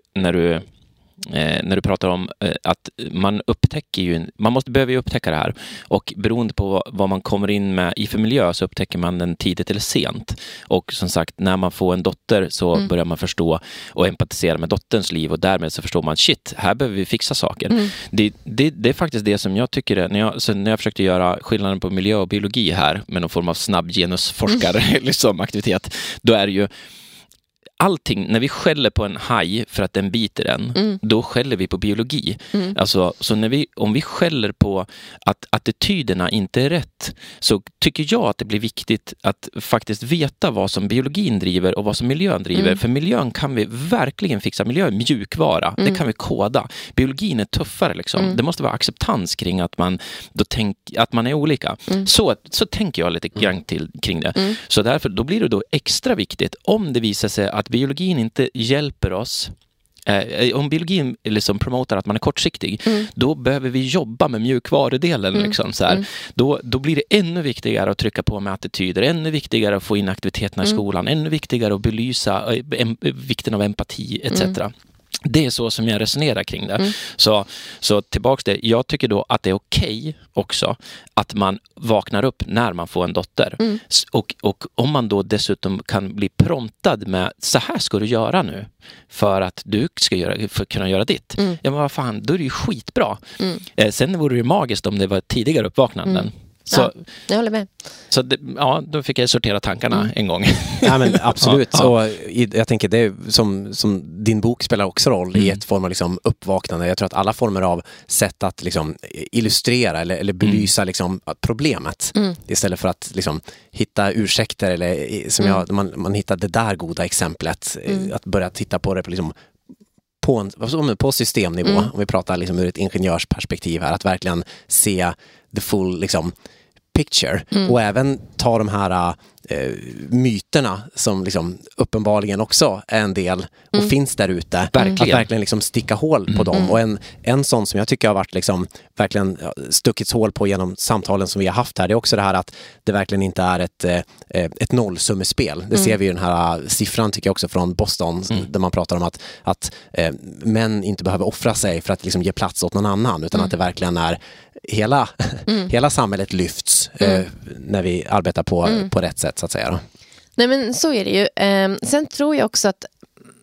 när du pratar om att man behöver ju upptäcka det här, och beroende på vad man kommer in med i för miljö så upptäcker man den tidigt eller sent. Och som sagt, när man får en dotter så börjar man förstå och empatisera med dotterns liv, och därmed så förstår man, shit, här behöver vi fixa saker. Det är faktiskt det som jag tycker när jag försökte göra skillnaden på miljö och biologi här med någon form av snabb genusforskare liksom aktivitet, då är det ju allting, när vi skäller på en haj för att den biter en, då skäller vi på biologi. Alltså, så om vi skäller på att attityderna inte är rätt, så tycker jag att det blir viktigt att faktiskt veta vad som biologin driver och vad som miljön driver. För miljön kan vi verkligen fixa. Miljö är mjukvara. Det kan vi koda. Biologin är tuffare liksom. Det måste vara acceptans kring att man är olika. Så tänker jag lite grann kring det. Så därför, då blir det då extra viktigt om det visar sig att biologin inte hjälper oss om biologin liksom promotar att man är kortsiktig, då behöver vi jobba med mjukvarudelen. Liksom, så här. Då blir det ännu viktigare att trycka på med attityder, ännu viktigare att få in aktiviteterna i skolan, ännu viktigare att belysa vikten av empati etc. Det är så som jag resonerar kring det. Så tillbaks det. Jag tycker då att det är okej också att man vaknar upp när man får en dotter. Och om man då dessutom kan bli promptad med så här ska du göra nu för att du ska kunna göra ditt. Ja, men vad fan, då är det ju skitbra. Sen vore det magiskt om det var tidigare uppvaknanden. Så, jag håller med. Så då fick jag sortera tankarna en gång. Ja, men absolut. Och jag tänker det är som din bok spelar också roll i ett form av liksom uppvaknande. Jag tror att alla former av sätt att liksom illustrera eller belysa liksom problemet istället för att liksom hitta ursäkter eller som man hittar det där goda exemplet, att börja titta på det liksom på systemnivå, om vi pratar liksom ur ett ingenjörsperspektiv här, att verkligen se the full liksom picture och även ta de här myterna som liksom uppenbarligen också är en del och finns där ute, att verkligen liksom sticka hål på dem. Och en sån som jag tycker har varit liksom verkligen stuckits hål på genom samtalen som vi har haft här, det är också det här att det verkligen inte är ett nollsummespel. Det ser vi ju den här siffran tycker jag också från Boston där man pratar om att män inte behöver offra sig för att liksom ge plats åt någon annan, utan att det verkligen är hela samhället lyfts när vi arbetar på rätt sätt så att säga då. Nej, men så är det ju. Sen tror jag också att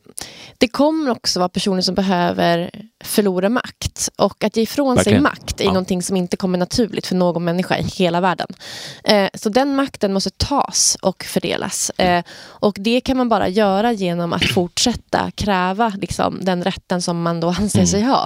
det kommer också vara personer som behöver förlora makt. Och att ge ifrån sig makt är någonting som inte kommer naturligt för någon människa i hela världen. Så den makten måste tas och fördelas. Och det kan man bara göra genom att fortsätta kräva liksom, den rätten som man då anser sig ha.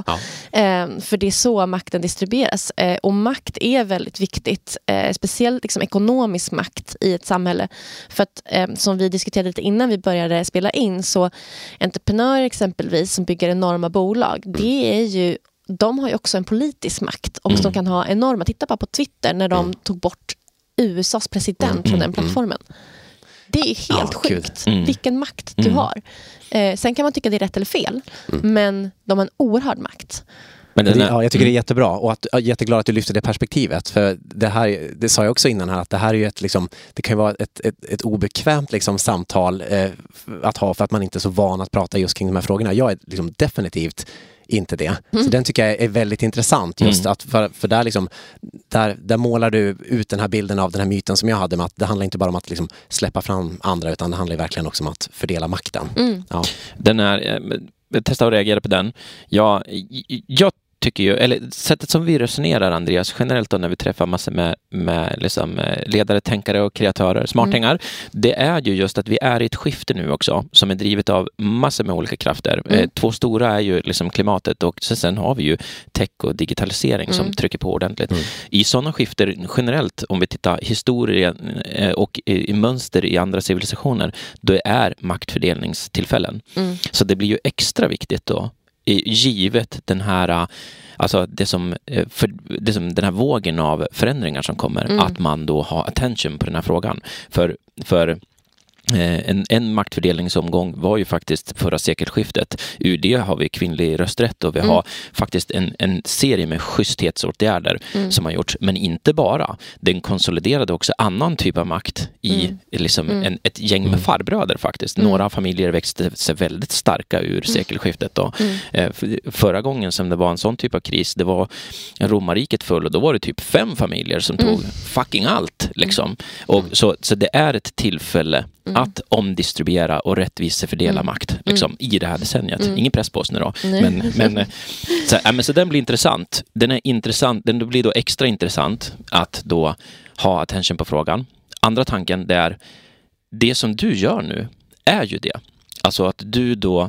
För det är så makten distribueras. Och makt är väldigt viktigt. Speciellt liksom, ekonomisk makt i ett samhälle. För att som vi diskuterade lite innan vi började spela in, så entreprenörer exempelvis som bygger enorma bolag, det är ju, de har ju också en politisk makt och de kan ha enorma, titta bara på Twitter när de tog bort USAs president från den plattformen. Det är helt sjukt vilken makt du har. Sen kan man tycka det är rätt eller fel, men de har en oerhörd makt. Men jag tycker det är jättebra och jag är jätteglad att du lyfter det perspektivet, för det sa jag också innan här, att det här är ju det kan ju vara ett obekvämt liksom samtal att ha för att man inte är så van att prata just kring de här frågorna. Jag är liksom definitivt inte det. Så den tycker jag är väldigt intressant just att för där liksom där målar du ut den här bilden av den här myten som jag hade med att det handlar inte bara om att liksom släppa fram andra, utan det handlar verkligen också om att fördela makten. Den är testa att reagera på den. Jag tycker ju, eller sättet som vi resonerar, Andreas, generellt då när vi träffar massor med liksom, ledare, tänkare och kreatörer, smartingar, det är ju just att vi är i ett skifte nu också som är drivet av massor med olika krafter. Två stora är ju liksom klimatet och sen har vi ju tech och digitalisering som trycker på ordentligt. I sådana skifter generellt, om vi tittar historien och i mönster i andra civilisationer, då är maktfördelningstillfällen. Så det blir ju extra viktigt då, givet den här, alltså det som den här vågen av förändringar som kommer, att man då har attention på den här frågan. För en maktfördelningsomgång var ju faktiskt förra sekelskiftet. Ur det har vi kvinnlig rösträtt och vi har faktiskt en serie med schysthetsåtgärder som har gjorts, men inte bara. Den konsoliderade också annan typ av makt i liksom ett gäng med farbröder faktiskt. Några familjer växte sig väldigt starka ur sekelskiftet då. Förra gången som det var en sån typ av kris, det var romarriket full och då var det typ 5 familjer som tog fucking allt liksom. Och så det är ett tillfälle att omdistribuera och rättvisa fördela makt liksom, i det här decenniet. Ingen press på oss nu då. Men så den blir intressant. Den är intressant. Den blir då extra intressant att då ha attention på frågan. Andra tanken, det är det som du gör nu är ju det. Alltså att du då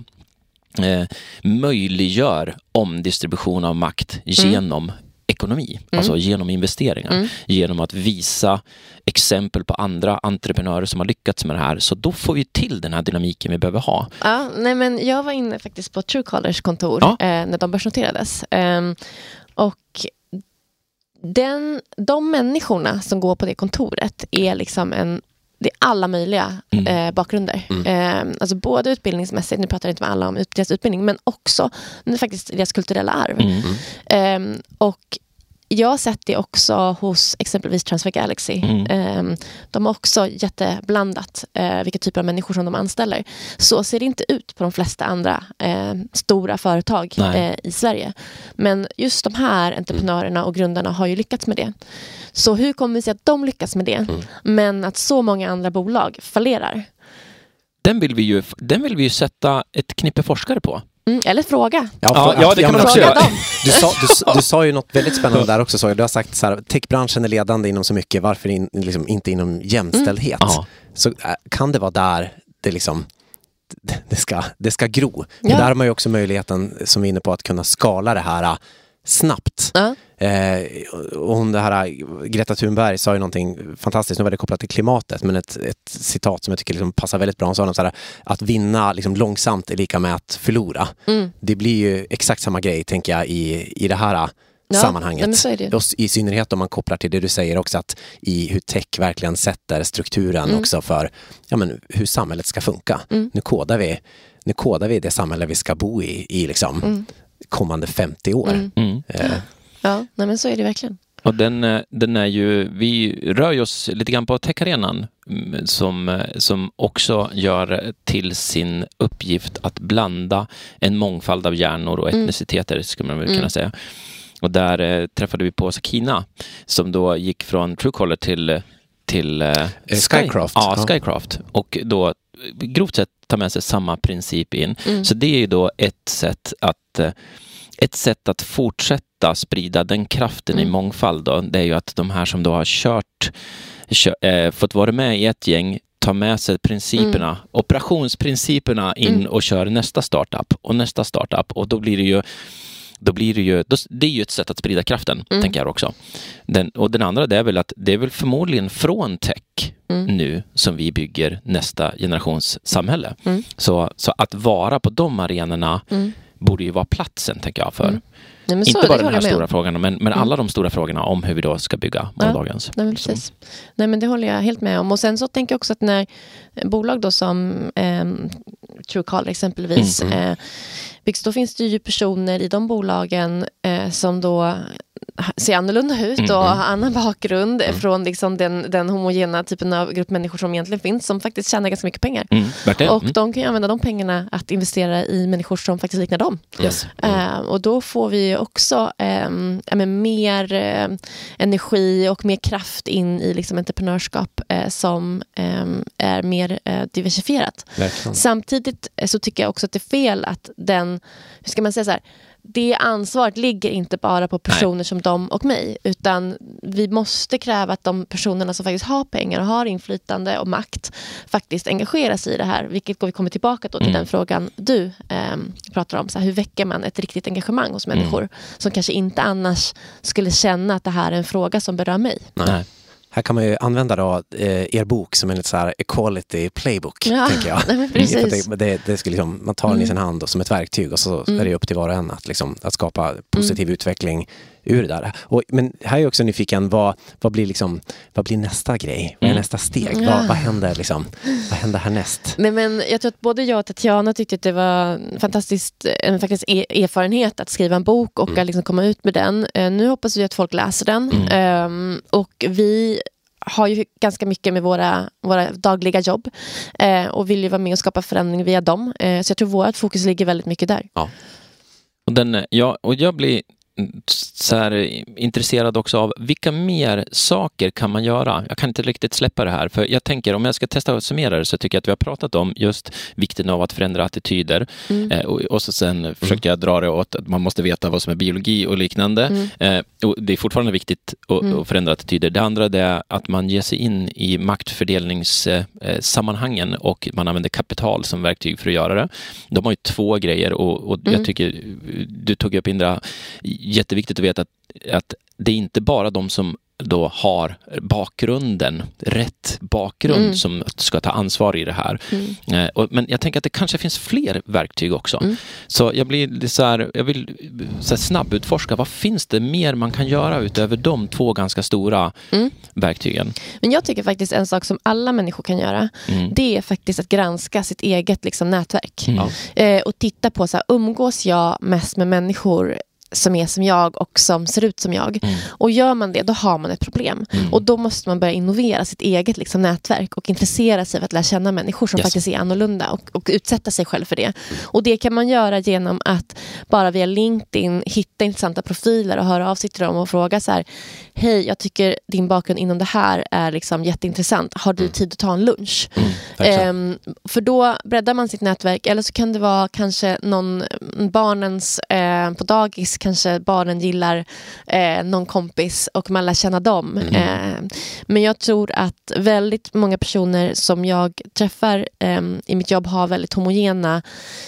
möjliggör omdistribution av makt genom ekonomi, alltså genom investeringar, genom att visa exempel på andra entreprenörer som har lyckats med det här, så då får vi till den här dynamiken vi behöver ha. Ja, nej men jag var inne faktiskt på Truecallers kontor när de börsnoterades och de människorna som går på det kontoret är liksom det är alla möjliga bakgrunder. Alltså både utbildningsmässigt, nu pratar jag inte med alla om deras utbildning, men också faktiskt deras kulturella arv. Och jag har sett det också hos exempelvis Transfer Galaxy. De har också jätteblandat vilka typer av människor som de anställer. Så ser det inte ut på de flesta andra stora företag i Sverige. Men just de här entreprenörerna och grundarna har ju lyckats med det. Så hur kommer vi se att de lyckas med det, men att så många andra bolag fallerar? Den vill vi ju sätta ett knippe forskare på. Eller fråga. Ja, det kan man också göra. Du sa ju något väldigt spännande där också. Du har sagt så här, techbranschen är ledande inom så mycket, varför liksom inte inom jämställdhet? Så kan det vara där det liksom det ska gro. Där har man ju också möjligheten, som vi är inne på, att kunna skala det här snabbt. Och hon, det här Greta Thunberg sa ju någonting fantastiskt, nu var det kopplat till klimatet, men ett citat som jag tycker liksom passar väldigt bra. Hon sa så här, att vinna liksom långsamt är lika med att förlora. Det blir ju exakt samma grej, tänker jag, i det här sammanhanget. I synnerhet om man kopplar till det du säger också, att i hur tech verkligen sätter strukturen också för hur samhället ska funka. Nu kodar vi det samhälle vi ska bo i liksom kommande 50 år. Ja, men så är det verkligen. Och den är ju, vi rör oss lite grann på techarenan som också gör till sin uppgift att blanda en mångfald av hjärnor och etniciteter, skulle man väl kunna säga. Och där träffade vi på Sakina, som då gick från Truecaller till Skycraft. Skycraft. Och då grovt sett tar med sig samma princip in. Så det är ju då ett sätt att fortsätta sprida den kraften i mångfald då, det är ju att de här som då har fått vara med i ett gäng, tar med sig principerna, operationsprinciperna in och kör nästa startup och då blir det ju det är ju ett sätt att sprida kraften, tänker jag också. Den andra, det är väl förmodligen från tech nu som vi bygger nästa generations samhälle. Så att vara på de arenorna borde ju vara platsen, tänker jag, för inte bara den här stora frågan, men alla de stora frågorna om hur vi då ska bygga morgondagens. Nej, men precis. Nej, men det håller jag helt med om. Och sen så tänker jag också att när bolag då som Truecaller exempelvis byggs, då finns det ju personer i de bolagen som då ser annorlunda ut och har annan bakgrund från liksom den homogena typen av grupp människor som egentligen finns, som faktiskt tjänar ganska mycket pengar. Och de kan ju använda de pengarna att investera i människor som faktiskt liknar dem. Och då får vi också mer energi och mer kraft in i liksom entreprenörskap som är mer diversifierat. Samtidigt så tycker jag också att det är fel att hur ska man säga så här, det ansvaret ligger inte bara på personer som de och mig, utan vi måste kräva att de personerna som faktiskt har pengar och har inflytande och makt faktiskt engagerar sig i det här, vilket vi kommer tillbaka då till den frågan du pratar om, så här, hur väcker man ett riktigt engagemang hos människor som kanske inte annars skulle känna att det här är en fråga som berör mig. Nej. Här kan man ju använda då er bok som en så här equality playbook, tänker jag. Nej, precis. Det skulle liksom, man tar den i sin hand och som ett verktyg, och så är det upp till var och en att skapa positiv utveckling ur det där. Men här är jag också nyfiken, vad blir nästa grej? Vad är nästa steg? Vad händer liksom? Vad händer härnäst? Nej, men jag tror att både jag och Tatjana tyckte att det var en fantastisk erfarenhet att skriva en bok och att liksom komma ut med den. Nu hoppas vi att folk läser den. Och vi har ju ganska mycket med våra dagliga jobb och vill ju vara med och skapa förändring via dem. Så jag tror vårt fokus ligger väldigt mycket där. Ja. Och jag blir så här intresserad också av vilka mer saker kan man göra. Jag kan inte riktigt släppa det här, för jag tänker, om jag ska testa att summera det, så tycker jag att vi har pratat om just vikten av att förändra attityder och så sen försökte jag dra det åt att man måste veta vad som är biologi och liknande. Och det är fortfarande viktigt att förändra attityder. Det andra är att man ger sig in i maktfördelningssammanhangen och man använder kapital som verktyg för att göra det. De har ju två grejer och jag tycker du tog upp, Indra, jätteviktigt att veta att det är inte bara de som då har rätt bakgrund som ska ta ansvar i det här. Men jag tänker att det kanske finns fler verktyg också. Så jag vill snabbutforska, vad finns det mer man kan göra utöver de 2 ganska stora verktygen? Men jag tycker faktiskt en sak som alla människor kan göra, det är faktiskt att granska sitt eget liksom, nätverk. Och titta på så här, umgås jag mest med människor som är som jag och som ser ut som jag. Och gör man det, då har man ett problem. Och då måste man börja innovera sitt eget liksom, nätverk och intressera sig för att lära känna människor som faktiskt är annorlunda och utsätta sig själv för det. Och det kan man göra genom att bara via LinkedIn hitta intressanta profiler och höra av sig till dem och fråga så här: hej, jag tycker din bakgrund inom det här är liksom jätteintressant. Har du tid att ta en lunch? För då breddar man sitt nätverk. Eller så kan det vara kanske någon barnens på dagis, kanske barnen gillar någon kompis och man lär känna dem. Men jag tror att väldigt många personer som jag träffar i mitt jobb har väldigt homogena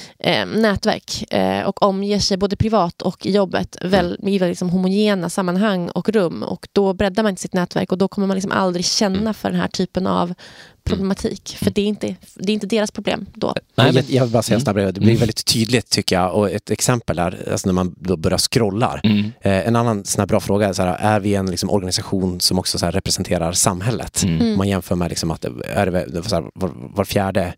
nätverk och omger sig både privat och i jobbet i väldigt liksom homogena sammanhang och rum, och då breddar man sitt nätverk och då kommer man liksom aldrig känna för den här typen av problematik, för det är inte deras problem då. Nej, men jag vill bara säga snabbare, det blir väldigt tydligt tycker jag, och ett exempel är alltså när man då börjar scrollar. En annan snabb bra fråga är så här, är vi en liksom organisation som också så här representerar samhället? Man jämför med liksom att så här, var fjärde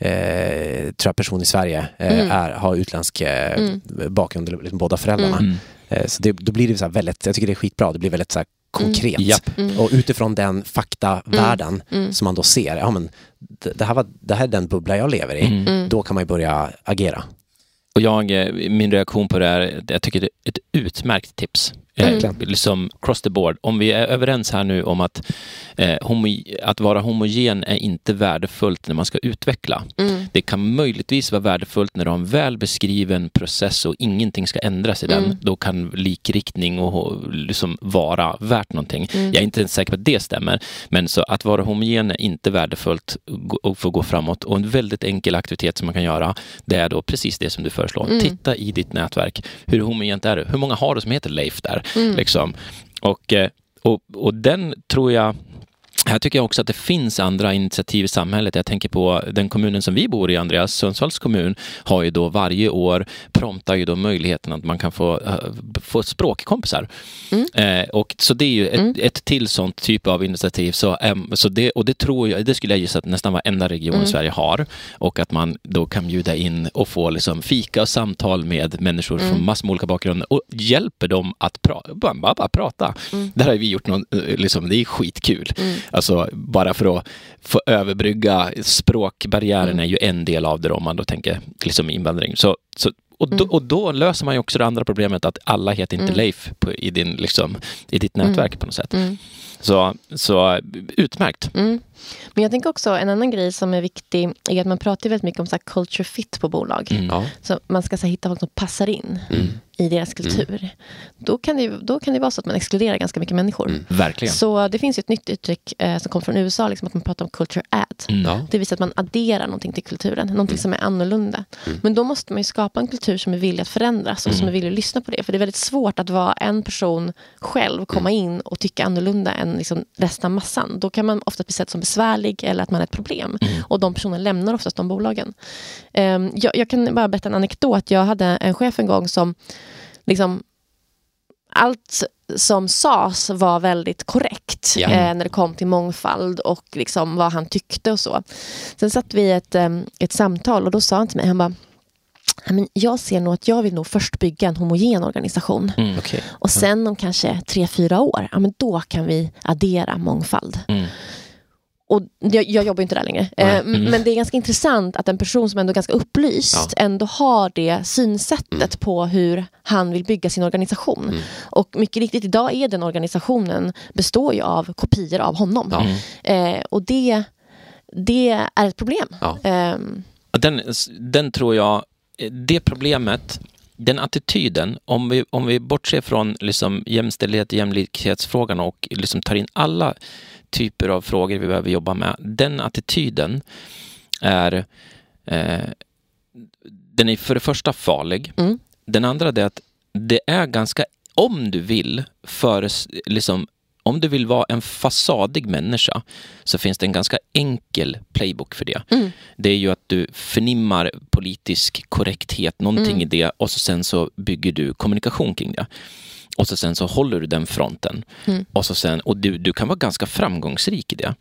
tror jag person i Sverige har utländsk bakgrund, eller liksom båda föräldrarna. Så då blir det så här väldigt, jag tycker det är skitbra, det blir väldigt så här konkret. Och utifrån den faktavärlden som man då ser, ja men det här är den bubbla jag lever i, då kan man ju börja agera. Och min reaktion på det är, jag tycker det är ett utmärkt tips. Liksom cross the board. Om vi är överens här nu om att vara homogen är inte värdefullt när man ska utveckla. Det kan möjligtvis vara värdefullt när du har en väl beskriven process och ingenting ska ändras i den. Då kan likriktning och liksom vara värt någonting. Jag är inte ens säker på att det stämmer. Men så att vara homogen är inte värdefullt och få gå framåt. Och en väldigt enkel aktivitet som man kan göra, det är då precis det som du föreslår. Titta i ditt nätverk. Hur homogent är det? Hur många har du som heter Leif där? Liksom. Och den tror jag, här tycker jag också att det finns andra initiativ i samhället. Jag tänker på den kommunen som vi bor i, Andreas, Sundsvalls kommun, har ju då varje år promptar ju då möjligheten att man kan få språkkompisar. Och så det är ju ett till sånt typ av initiativ. Så det tror jag, det skulle jag gissa att nästan varenda region i Sverige har. Och att man då kan bjuda in och få liksom fika och samtal med människor från massor med olika bakgrunder och hjälper dem att bara prata. Det här har vi gjort liksom, det är skitkul. Alltså bara för att få överbrygga språkbarriären är ju en del av det om man då tänker liksom invandring. Och då löser man ju också det andra problemet att alla heter inte Leif i ditt nätverk på något sätt. Så utmärkt. Men jag tänker också en annan grej som är viktig är att man pratar väldigt mycket om så här culture fit på bolag. Så man ska så här, hitta folk som passar in i deras kultur. Då kan det vara så att man exkluderar ganska mycket människor. Verkligen. Så det finns ju ett nytt uttryck som kommer från USA, liksom att man pratar om culture add. Det vill säga att man adderar någonting till kulturen, någonting som är annorlunda. Men då måste man ju skapa en kultur som är villig att förändras och som är villig att lyssna på det. För det är väldigt svårt att vara en person själv, komma in och tycka annorlunda än liksom resten av massan. Då kan man ofta bli sett som besvärlig eller att man är ett problem. Och de personerna lämnar oftast de bolagen. Jag kan bara berätta en anekdot. Jag hade en chef en gång som liksom allt som sades var väldigt korrekt när det kom till mångfald och liksom vad han tyckte och så. Sen satt vi i ett samtal och då sa han till mig, han bara, men jag ser nog att jag vill nog först bygga en homogen organisation. Och sen om kanske 3-4 år, ja, men då kan vi addera mångfald. Och jag jobbar inte där längre. Men det är ganska intressant att en person som ändå är ganska upplyst ändå har det synsättet på hur han vill bygga sin organisation. Och mycket riktigt, idag är den organisationen består ju av kopior av honom. Och det är ett problem. Den tror jag, det problemet, den attityden, om vi bortser från liksom jämställdhet, jämlikhetsfrågan och liksom tar in alla typer av frågor vi behöver jobba med, den attityden är den är för det första farlig. Den andra är att det är ganska, om du vill liksom om du vill vara en fasadig människa så finns det en ganska enkel playbook för det. Det är ju att du förnimmar politisk korrekthet, någonting i det, och så sen så bygger du kommunikation kring det. Och så sen så håller du den fronten. Och du kan vara ganska framgångsrik i det.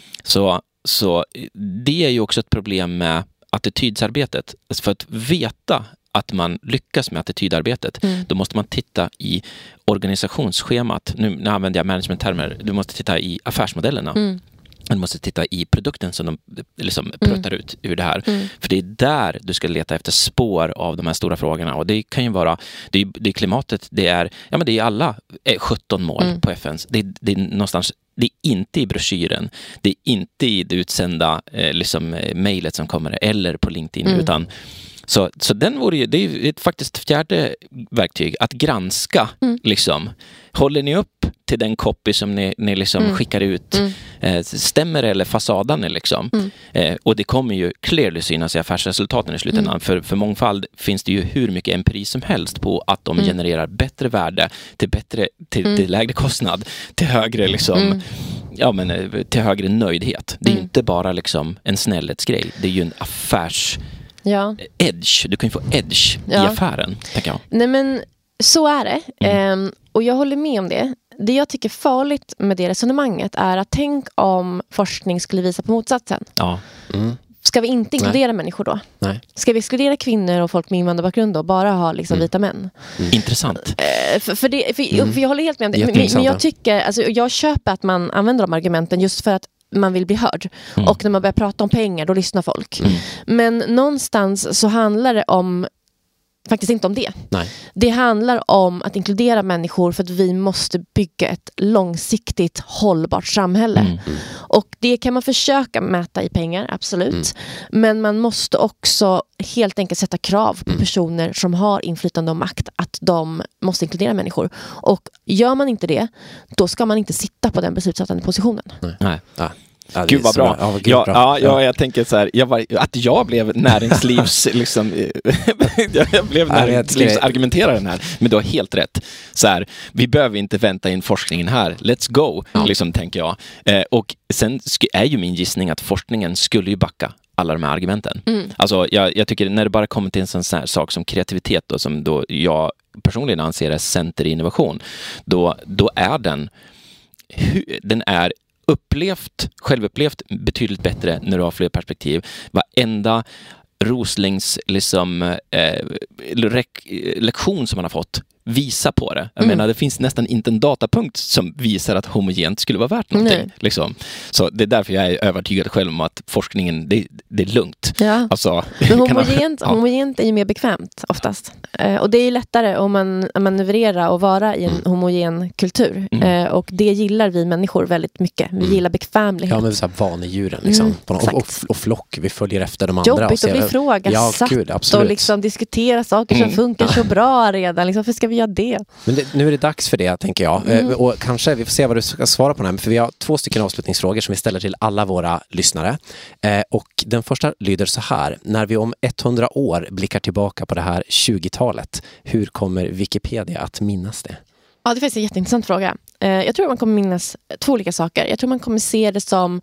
Så det är ju också ett problem med attitydsarbetet. Alltså för att veta att man lyckas med attitydarbetet, då måste man titta i organisationsschemat. Nu använder jag managementtermer. Du måste titta i affärsmodellerna. Du måste titta i produkten som de liksom pruttar ut ur det här. För det är där du ska leta efter spår av de här stora frågorna. Och det kan ju vara, det är klimatet, det är alla 17 mål på FNs. Det är någonstans, det är inte i broschyren, det är inte i det utsända mejlet som kommer eller på LinkedIn, utan så den vore ju, det är ju faktiskt fjärde verktyg, att granska liksom. Håller ni upp till den copy som ni liksom skickar ut? Stämmer det, eller fasaden liksom? Och det kommer ju clearly synas i affärsresultaten i slutändan. För mångfald finns det ju hur mycket empiri som helst på att de genererar bättre värde till lägre kostnad, till högre liksom, till högre nöjdhet. Det är ju inte bara liksom en snällhetsgrej, det är ju en affärs edge. Du kan ju få edge i affären, tänker jag. Nej, men så är det. Och jag håller med om det. Det jag tycker är farligt med det resonemanget är att tänk om forskning skulle visa på motsatsen. Ja. Ska vi inte inkludera människor då? Nej. Ska vi exkludera kvinnor och folk med invandrarbakgrund då? Bara ha liksom vita män? Intressant. För jag håller helt med om det. Men jag tycker, alltså, jag köper att man använder de argumenten just för att man vill bli hörd. Och när man börjar prata om pengar, då lyssnar folk. Men någonstans så handlar det om faktiskt inte om det. Nej. Det handlar om att inkludera människor för att vi måste bygga ett långsiktigt hållbart samhälle. Och det kan man försöka mäta i pengar, absolut. Men man måste också helt enkelt sätta krav på personer som har inflytande och makt att de måste inkludera människor. Och gör man inte det, då ska man inte sitta på den beslutsfattande positionen. Nej. Ja, gud vad bra. Jag tänker så här, jag blev näringslivs liksom, jag blev näringslivsargumenteraren här, men du har helt rätt. Så här, vi behöver inte vänta in forskningen här. Let's go, liksom, tänker jag. Och sen är ju min gissning att forskningen skulle ju backa alla de här argumenten. Alltså, jag tycker när det bara kommer till en sån här sak som kreativitet då, som då jag personligen anser är center i innovation, då är den är självupplevt betydligt bättre när du har fler perspektiv. Varenda Roslings liksom, lektion som man har fått visa på det. Jag menar, det finns nästan inte en datapunkt som visar att homogent skulle vara värt någonting. Liksom. Så det är därför jag är övertygad själv om att forskningen, det är lugnt. Ja. Alltså, men homogent är ju mer bekvämt oftast. Och det är ju lättare om man manövrera och vara i en homogen kultur. Och det gillar vi människor väldigt mycket. Vi gillar bekvämlighet. Ja, men så här vanedjuren liksom. Och flock, vi följer efter de andra. Jobbigt att bli ifrågasatt och liksom diskutera saker som funkar så bra redan. Liksom, för ska vi göra det? Men nu är det dags för det, tänker jag. Och kanske vi får se vad du ska svara på den här. För vi har 2 stycken avslutningsfrågor som vi ställer till alla våra lyssnare. Och den första lyder så här. När vi om 100 år blickar tillbaka på det här 20-talet, hur kommer Wikipedia att minnas det? Ja, det är faktiskt en jätteintressant fråga. Jag tror att man kommer minnas 2 olika saker. Jag tror man kommer se det som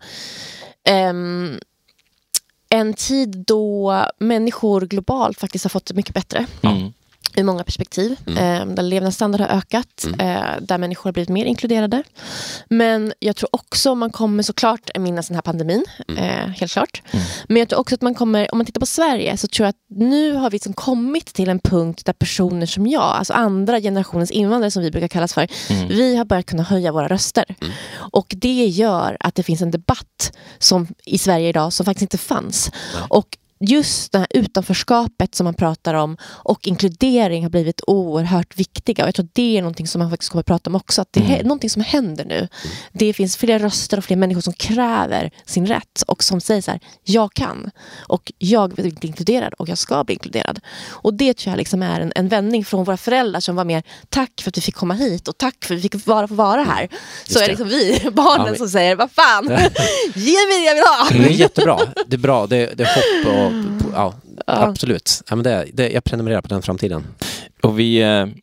en tid då människor globalt faktiskt har fått det mycket bättre. I många perspektiv. Där levnadsstandard har ökat. Där människor har blivit mer inkluderade. Men jag tror också man kommer såklart minnas den här pandemin. Helt klart. Men jag tror också att man kommer, om man tittar på Sverige, så tror jag att nu har vi liksom kommit till en punkt där personer som jag, alltså andra generationens invandrare som vi brukar kallas för, vi har börjat kunna höja våra röster. Och det gör att det finns en debatt som i Sverige idag som faktiskt inte fanns. Och just det här utanförskapet som man pratar om och inkludering har blivit oerhört viktiga. Och jag tror att det är någonting som man faktiskt kommer att prata om också. Att det är någonting som händer nu. Det finns fler röster och fler människor som kräver sin rätt och som säger så här, jag kan och jag vill bli inkluderad och jag ska bli inkluderad. Och det tror jag liksom är en vändning från våra föräldrar som var mer tack för att vi fick komma hit och tack för att vi fick vara här. Så är det liksom vi, barnen, som säger, vad fan, ge mig det jag vill ha. Det är jättebra. Det är bra. Det är hopp och absolut. Ja, men jag prenumererar på den framtiden. Och vi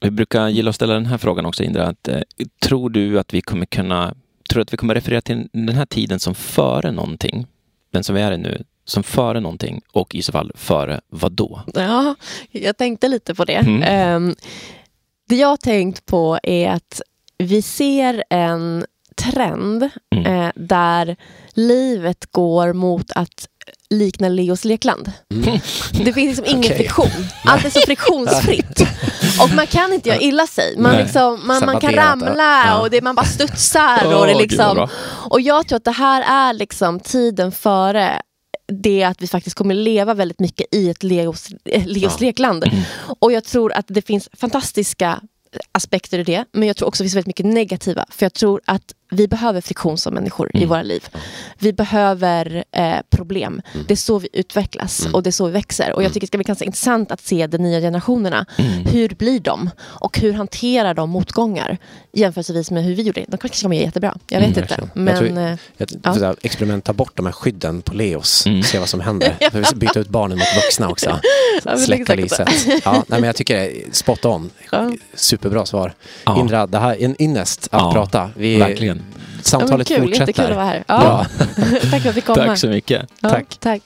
Vi brukar gilla att ställa den här frågan också, Indra. Tror du att vi kommer referera till den här tiden som före någonting? Den som vi är i nu, som före någonting, och i så fall före vad då? Ja, jag tänkte lite på det. Det jag har tänkt på är att vi ser en trend där livet går mot att likna Leos lekland. Det finns liksom ingen friktion. Allt är så friktionsfritt. Och man kan inte göra illa sig. Man kan ramla och man bara studsar. Och, det liksom, och jag tror att det här är liksom tiden före det att vi faktiskt kommer leva väldigt mycket i ett Leos lekland. Och jag tror att det finns fantastiska aspekter i det, men jag tror också att det finns väldigt mycket negativa, för jag tror att vi behöver friktion som människor i våra liv. Vi behöver problem. Det är så vi utvecklas och det är så vi växer. Och jag tycker det ska bli ganska intressant att se de nya generationerna. Hur blir de? Och hur hanterar de motgångar jämförelsevis med hur vi gjorde? De kanske kommer jättebra. Jag vet inte. Men, jag experimenta bort de här skydden på Leos. Se vad som händer. Vi ska byta ut barnen mot vuxna också. Släcka lyset. Men jag tycker det är spot on. Superbra svar. Indra, det här är en ynnest att prata. Verkligen. Samtalet fortsätter. Jättekul att vara här. Ja. Tack för att vi kom. Tack så mycket. Ja, tack.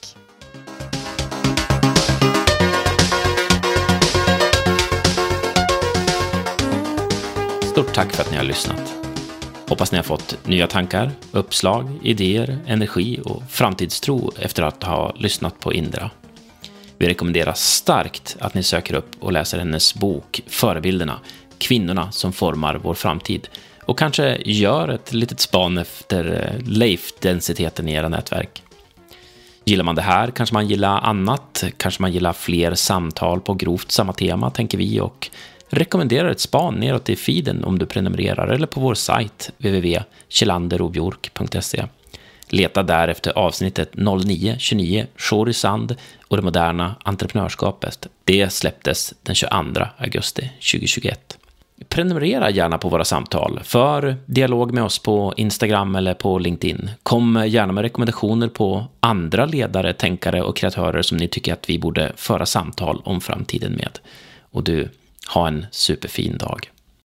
Stort tack för att ni har lyssnat. Hoppas ni har fått nya tankar, uppslag, idéer, energi och framtidstro efter att ha lyssnat på Indra. Vi rekommenderar starkt att ni söker upp och läser hennes bok Förebilderna, kvinnorna som formar vår framtid. Och kanske gör ett litet span efter Leif-densiteten i era nätverk. Gillar man det här kanske man gillar annat. Kanske man gillar fler samtal på grovt samma tema, tänker vi. Och rekommenderar ett span neråt i feeden om du prenumererar. Eller på vår sajt www.kjellanderobiork.se. Leta där efter avsnittet 0929 Shorisand och det moderna entreprenörskapet. Det släpptes den 22 augusti 2021. Prenumerera gärna på våra samtal. För dialog med oss på Instagram eller på LinkedIn. Kom gärna med rekommendationer på andra ledare, tänkare och kreatörer som ni tycker att vi borde föra samtal om framtiden med. Och du, ha en superfin dag.